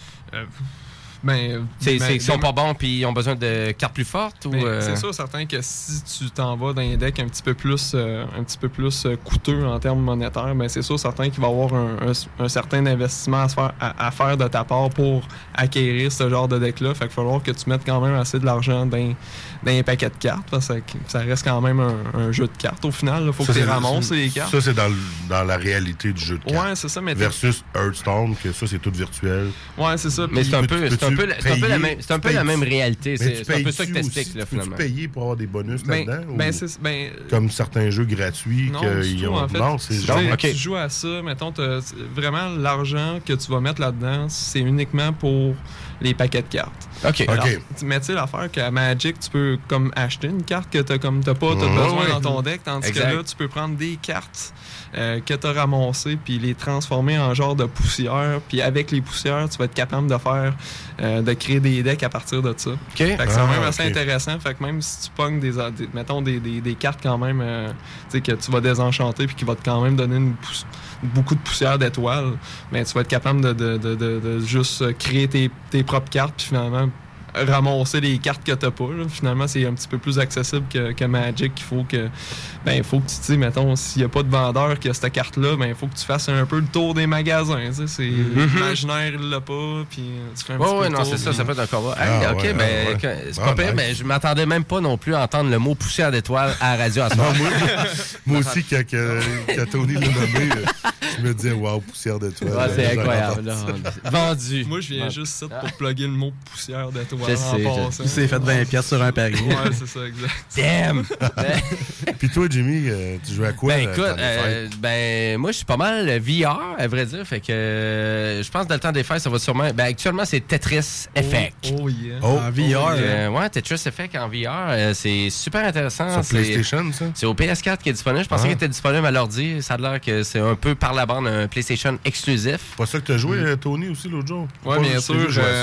Ils sont pas bons puis ils ont besoin de cartes plus fortes? C'est sûr, certain que si tu t'en vas dans un deck un petit peu plus coûteux en termes monétaires, ben c'est sûr, certain qu'il va y avoir un certain investissement à faire de ta part pour acquérir ce genre de deck-là. Fait qu'il va falloir que tu mettes quand même assez de l'argent dans un paquet de cartes, parce que ça reste quand même un jeu de cartes au final. Il faut que tu ramasses les cartes. Ça, c'est dans la réalité du jeu de cartes. Ouais, c'est ça. Mais versus Hearthstone, que ça, c'est tout virtuel. Ouais, c'est ça. Mais c'est un peu c'est un peu la même réalité. C'est un peu ça que t'expliques, là, finalement. Peux-tu payer pour avoir des bonus là-dedans? Ben, comme certains jeux gratuits qu'ils ont. En fait, non, c'est genre. Tu joues à ça, mettons, vraiment l'argent que tu vas mettre là-dedans, c'est uniquement pour les paquets de cartes. Alors, mais tu sais, l'affaire qu'à Magic, tu peux comme acheter une carte que t'as pas besoin dans ton deck, tandis que là, tu peux prendre des cartes que t'as ramassées puis les transformer en genre de poussière, puis avec les poussières, tu vas être capable de créer des decks à partir de ça. Fait que c'est quand même assez intéressant. Fait que même si tu pognes mettons des cartes quand même tu sais, que tu vas désenchanter puis qui va quand même donner beaucoup de poussière d'étoiles, mais tu vas être capable de juste créer tes propres cartes puis finalement ramasser les cartes que t'as pas. Là. Finalement, c'est un petit peu plus accessible que Magic. Il faut que tu sais, mettons, s'il n'y a pas de vendeur qui a cette carte-là, il faut que tu fasses un peu le tour des magasins. Tu sais, c'est l'imaginaire, il l'a pas, puis tu fais un petit peu non, tour, c'est ça, ça peut être un combat. C'est pas pire, nice. mais je m'attendais même pas non plus à entendre le mot poussière d'étoiles à la radio à ce moment. Moi aussi, quand Tony l'a nommé, je me disais, waouh, poussière d'étoiles. Ouais, c'est incroyable. Vendu. Moi, je viens juste ça pour plugger le mot poussière d'étoiles. Il s'est fait 20$ sur un pari. Ouais, c'est ça, exact. Damn! Puis toi, Jimmy, tu joues à quoi? Moi, je suis pas mal VR, à vrai dire. Fait que je pense que dans le temps des fêtes, ça va sûrement. Actuellement, c'est Tetris Effect. Oh yeah. En VR. Tetris Effect en VR. C'est super intéressant. Sur PlayStation, ça? C'est au PS4 qui est disponible. Je pensais qu'il était disponible à l'ordi. Ça a l'air que c'est un peu par la bande un PlayStation exclusif. Pas ça que tu as joué, Tony, aussi, l'autre jour? Oui, bien sûr.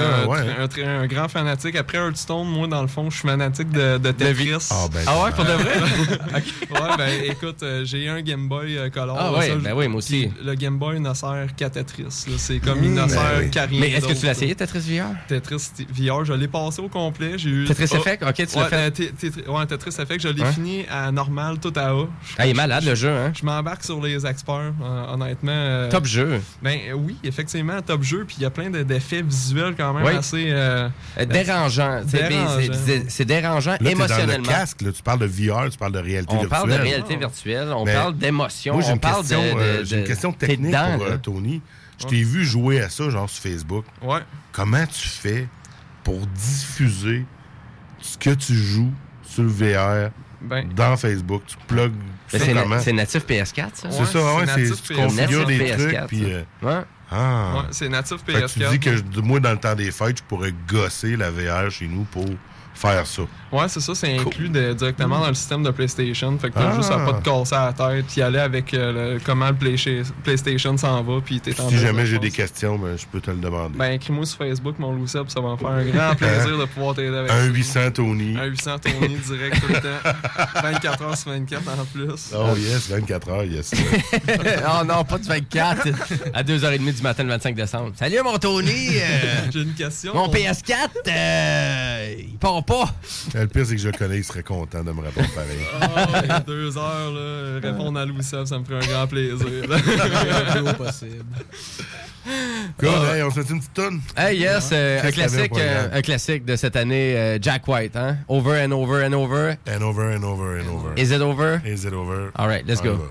Un grand fanatique. Après Hearthstone, moi, dans le fond, je suis fanatique de Tetris. Ah ouais, pour de vrai? Ouais, écoute, j'ai eu un Game Boy Color. Ah ouais, oui, moi aussi. Le Game Boy ne sert qu'à Tetris. Là. C'est comme il ne sert qu'à rien. Mais est-ce que tu l'as essayé, Tetris VR? Tetris VR, je l'ai passé au complet. Tetris Effect? Ok, tu l'as fait? Tetris Effect, je l'ai fini à normal, tout à A. Il est malade, le jeu, hein? Je m'embarque sur les experts, honnêtement. Top jeu. Oui, effectivement, top jeu. Puis il y a plein d'effets visuels quand même assez... dérangeant. C'est dérangeant là, émotionnellement. Dans le casque, là, tu parles de VR, tu parles de réalité virtuelle. On parle de réalité virtuelle, on parle d'émotion, on parle j'ai une question technique pour Tony. Je t'ai vu jouer à ça, genre sur Facebook. Ouais. Comment tu fais pour diffuser ce que tu joues sur le VR dans Facebook? Tu plugues c'est natif PS4, ça? C'est ça, tu configures des trucs, puis... c'est natif PS4. Fait que tu dis que moi, dans le temps des fêtes, je pourrais gosser la VR chez nous pour faire ça. Ouais, c'est ça, c'est inclus directement dans le système de PlayStation. Fait que t'as juste à pas te casser la tête, puis aller avec comment le PlayStation s'en va, puis t'es en Si jamais j'ai des questions, je peux te le demander. Écris-moi sur Facebook, mon Louis Seb, ça va me faire un grand plaisir de pouvoir t'aider avec ça. 1-800 Tony. 1-800 Tony, direct tout le temps. 24 heures sur 24 en plus. Oh yes, 24 heures, yes. Oh non, pas du 24. À 2h30 du matin le 25 décembre. Salut mon Tony! J'ai une question. Mon PS4, il part pas. Le pire, c'est que je le connais, il serait content de me répondre pareil. Il y a 2 heures, là, répondre à Louis Seb, ça me ferait un grand plaisir. Le plus haut possible. Good, on se fait une petite toune? Hey, yes, un classique de cette année, Jack White, hein? Over and over and over. And over and over and over. Is it over? Is it over? All right, let's go.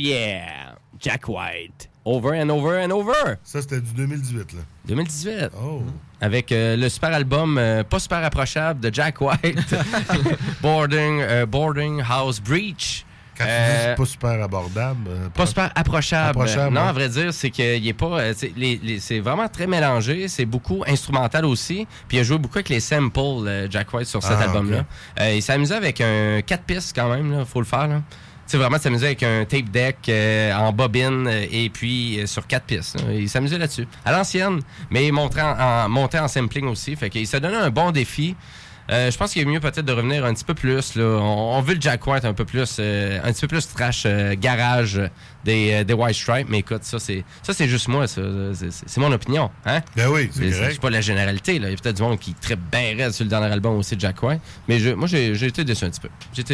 yeah! Jack White. Over and over and over. Ça, c'était du 2018, là. 2018. Oh. Avec le super album pas super approchable de Jack White. Boarding House Breach. Quand tu dis c'est pas super abordable. Pas super approchable. Non, à vrai dire, c'est qu'il est pas. C'est vraiment très mélangé. C'est beaucoup instrumental aussi. Puis il a joué beaucoup avec les samples, Jack White, sur cet album-là. Il s'est amusé avec un 4 pistes quand même, là. Faut le faire, là. Tu sais, vraiment s'amuser avec un tape deck en bobine et puis sur 4 pistes. Là. Il s'amusait là-dessus. À l'ancienne, mais il montait en sampling aussi. Fait qu'il s'est donné un bon défi. Je pense qu'il est mieux peut-être de revenir un petit peu plus. Là. On veut le Jack White un petit peu plus trash garage des White Stripes. Mais écoute, ça c'est juste moi. Ça. C'est mon opinion. Hein? Ben oui, c'est correct. C'est pas la généralité. Là. Il y a peut-être du monde qui trippe bien raide sur le dernier album aussi de Jack White. Mais moi, j'ai été déçu un petit peu. C'est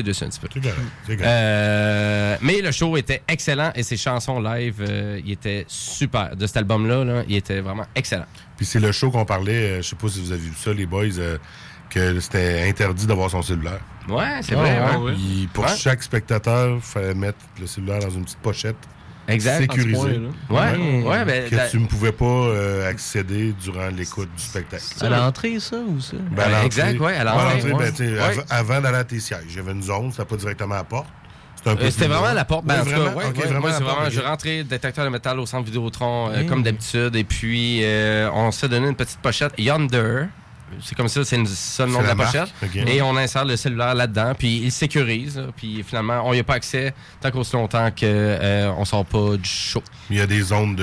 correct. Mais le show était excellent et ses chansons live, il était super. De cet album-là, là, il était vraiment excellent. Puis c'est le show qu'on parlait, je sais pas si vous avez vu ça, les boys, que c'était interdit d'avoir son cellulaire. Ouais, c'est vrai. Pour chaque spectateur, il fallait mettre le cellulaire dans une petite pochette. Exact. Sécurisée. Que tu ne pouvais pas accéder durant l'écoute du spectacle. À l'entrée, ça, ou ça? Exact, oui, à l'entrée. Avant d'aller à tes sièges, il y avait une zone, c'était pas directement à la porte. C'était vraiment à la porte. Moi, j'ai rentré détecteur de métal au centre Vidéotron, comme d'habitude, et puis on s'est donné une petite pochette Yonder. C'est comme ça, c'est le nom de la pochette. Okay. Et on insère le cellulaire là-dedans, puis il sécurise. Là, puis finalement, on n'y a pas accès tant qu'aussi longtemps qu'on ne sort pas du show. Il y avait des zones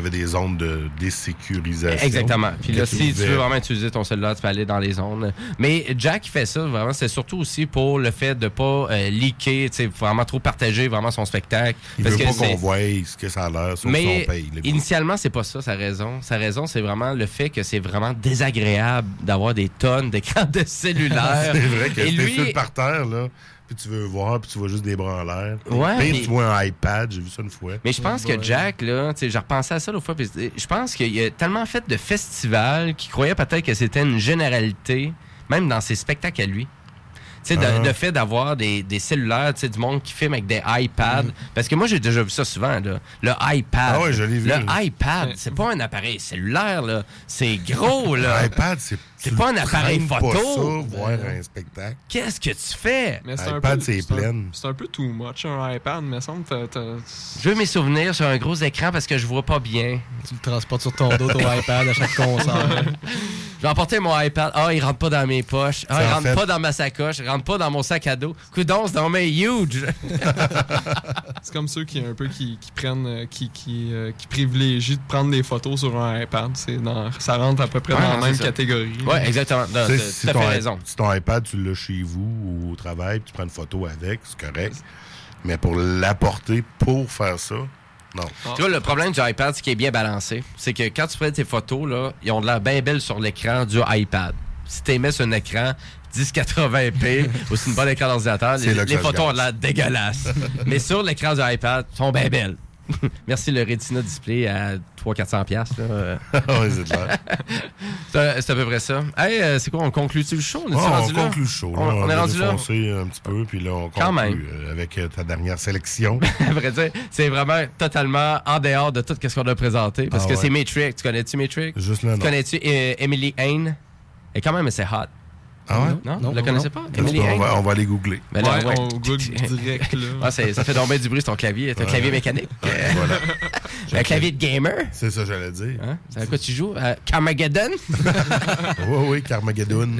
de désécurisation. Exactement. Puis là, si tu veux vraiment utiliser ton cellulaire, tu peux aller dans les zones. Mais Jack fait ça, vraiment, c'est surtout aussi pour le fait de ne pas leaker, vraiment trop partager vraiment son spectacle. Il veut pas qu'on voie ce que ça a l'air sur son paye. Initialement, c'est pas ça, sa raison. Sa raison, c'est vraiment le fait que c'est vraiment désagréable d'avoir des tonnes d'écrans de cellulaire. C'est vrai que t'es sur le parterre, là, puis tu veux voir, puis tu vois juste des bras en l'air. Ouais, tu vois un iPad, j'ai vu ça une fois. Mais je pense que Jack, là, j'ai repensé à ça l'autre fois, puis je pense qu'il a tellement fait de festivals qu'il croyait peut-être que c'était une généralité, même dans ses spectacles à lui. De fait d'avoir des cellulaires, du monde qui filme avec des iPads. Parce que moi, j'ai déjà vu ça souvent, là. Le iPad. Ah ouais, je l'ai vu. Le iPad, c'est pas un appareil cellulaire, là. C'est gros, là. L'iPad, c'est pas un appareil photo. Pas ça, voir un spectacle. Qu'est-ce que tu fais? L'iPad, c'est plein. C'est un peu too much, un iPad, mais ça me semble. Je veux mes souvenirs sur un gros écran parce que je vois pas bien. Tu le transportes sur ton dos, ton iPad, à chaque concert. J'ai emporté mon iPad. Il rentre pas dans mes poches. Il rentre pas dans ma sacoche. Il rentre pas dans mon sac à dos. Coudon, c'est dans mes huge. C'est comme ceux qui prennent, qui privilégient de prendre des photos sur un iPad. Ça rentre à peu près dans la même catégorie. Oui, exactement. Tu as fait raison. Si ton iPad, tu l'as chez vous ou au travail, puis tu prends une photo avec, c'est correct. Mais pour l'apporter pour faire ça, non. Tu vois, le problème du iPad, c'est qu'il est bien balancé. C'est que quand tu prends tes photos, là, ils ont de l'air bien belles sur l'écran du iPad. Si tu les mets sur un écran 1080p ou sur une bonne écran d'ordinateur, les photos ont de l'air dégueulasses. Mais sur l'écran du iPad, ils sont bien belles. Merci le Retina Display à 300-400$. Oui, c'est clair. C'est à peu près ça. Hey, c'est quoi, on conclut-tu le show? On conclut le show. On est rendu là? Un petit peu, puis là, on conclut avec ta dernière sélection. À vrai dire, c'est vraiment totalement en dehors de tout ce qu'on a présenté. Parce que c'est Matrix. Tu connais-tu Matrix? Juste là, non. Tu connais-tu Emily Hain? Elle est quand même assez hot. Ah ouais? Non, vous la connaissez pas? On va aller googler. Ben là, on google direct, là. Ça fait donc bien du bruit sur ton clavier. C'est un clavier mécanique. Voilà. Un clavier de gamer. C'est ça, j'allais dire. Hein? C'est à quoi tu joues? Carmageddon? Oui, Carmageddon.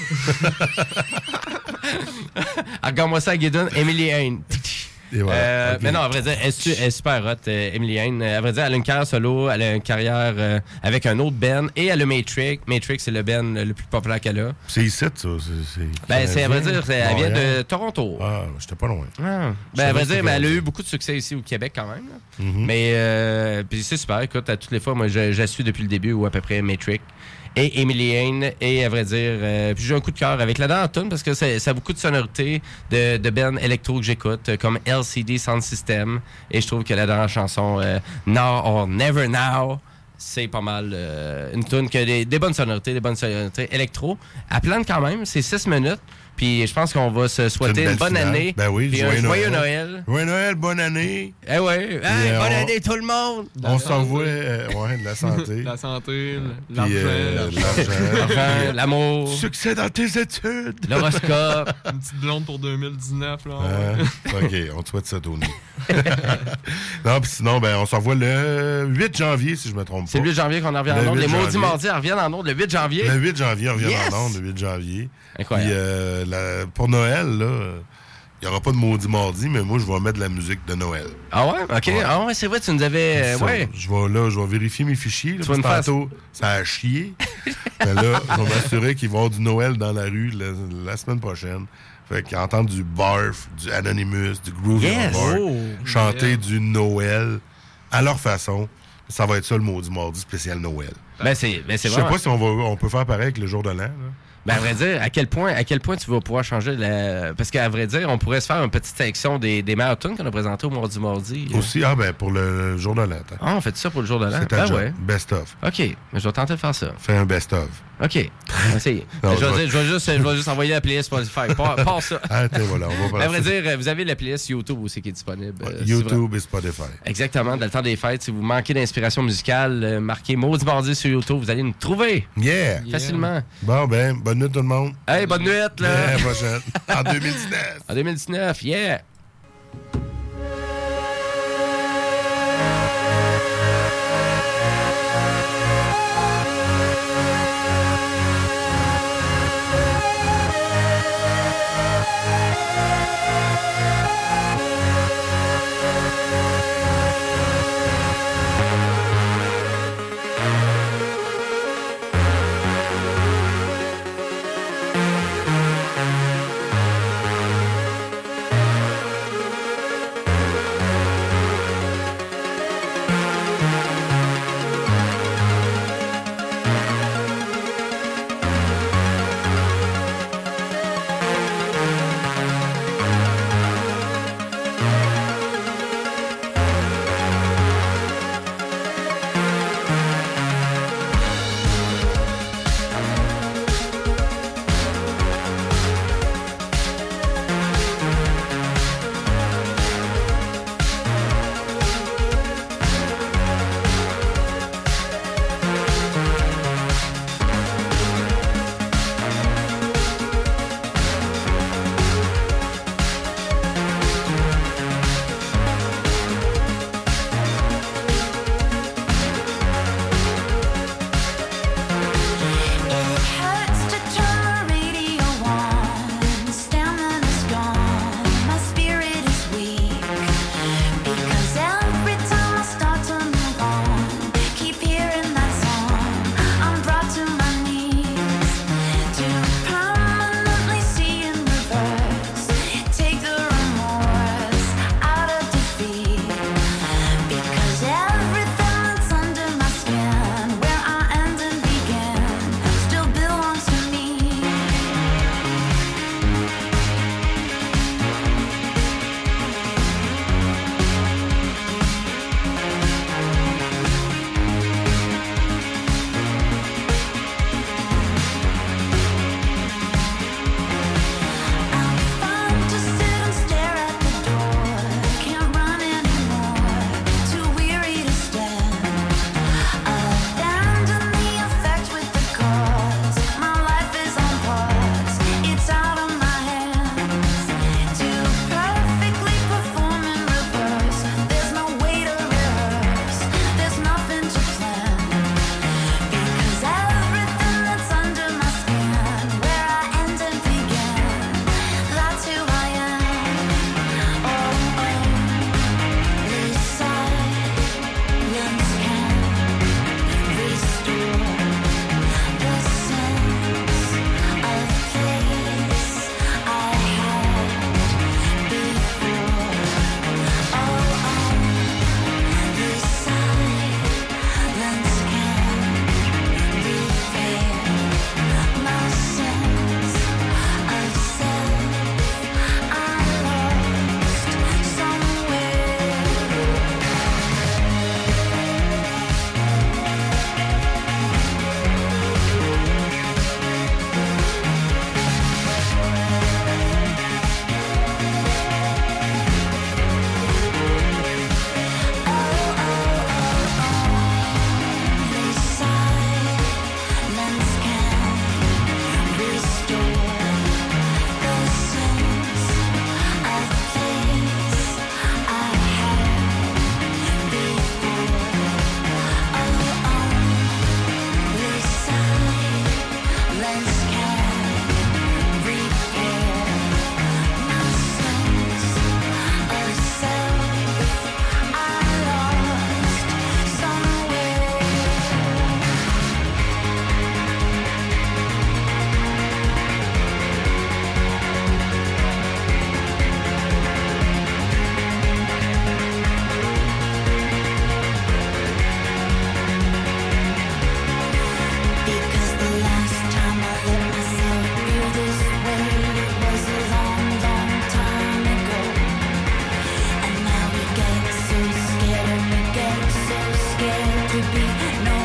Regarde-moi ça, Geddon. Emily Hain. Voilà, mais non, à vrai dire, elle est super hot, Emily Hain. À vrai dire, elle a une carrière solo, elle a une carrière avec un autre band, et elle a Matrix. Matrix, c'est le band le plus populaire qu'elle a. C'est ici, ça? C'est à vrai dire, elle vient de Toronto. Ah, j'étais pas loin. À vrai dire, mais elle a eu beaucoup de succès ici au Québec quand même. Mais puis c'est super, écoute, à toutes les fois, moi, je suis depuis le début, ou à peu près Matrix. Et Emily Hain, et à vrai dire, puis j'ai un coup de cœur avec la dernière tune parce que ça a beaucoup de sonorités de bands électro que j'écoute, comme LCD Sound System, et je trouve que la dernière chanson, Now or Never Now, c'est pas mal une tune qui a des bonnes sonorités électro. Elle plane quand même, c'est 6 minutes, Puis je pense qu'on va se souhaiter une bonne année. Ben oui, puis un joyeux Noël. Joyeux Noël, bonne année. Eh ouais, bonne année tout le monde. On s'envoie de la santé. La santé, l'argent, l'amour. Succès dans tes études. L'horoscope. Une petite blonde pour 2019. Là. OK, on te souhaite ça, Tony. Non, puis sinon, on s'envoie le 8 janvier, si je me trompe pas. C'est le 8 janvier qu'on en revient en ondes. Les maudits mardis reviennent en ondes le 8 janvier. Le 8 janvier, on revient en ondes le 8 janvier. Incroyable. Puis pour Noël, là, il n'y aura pas de maudit mardi, mais moi, je vais mettre de la musique de Noël. Ah ouais? OK. Ouais. Ah ouais, c'est vrai, tu nous avais... ouais. Je vais vérifier mes fichiers. Là, tantôt, ça a chié. Mais là, je vais m'assurer qu'il va y avoir du Noël dans la rue la semaine prochaine. Fait qu'entendre du Barf, du Anonymous, du Groovy chanter du Noël à leur façon, ça va être ça le maudit mardi spécial Noël. Ben c'est Je sais pas si on peut faire pareil avec le jour de l'an. Là. Ben, à vrai dire, à quel point tu vas pouvoir changer Parce qu'à vrai dire, on pourrait se faire une petite section des meilleurs tunes qu'on a présentées au mardi. Aussi, pour le jour de l'an. Ah, on fait ça pour le jour de l'an? C'est ouais. Best of. OK, mais je vais tenter de faire ça. Fais un best of. OK. Je vais juste envoyer la playlist Spotify. Pas ça. Voilà, on va à vrai dire, vous avez la playlist YouTube aussi qui est disponible. YouTube et Spotify. Exactement. Dans le temps des fêtes, si vous manquez d'inspiration musicale, marquez Maudit Mardi sur YouTube. Vous allez nous trouver. Yeah. Facilement. Bon, bonne nuit tout le monde. Hey, bonne nuit, là. Yeah, prochaine. En 2019. En 2019, yeah. to be no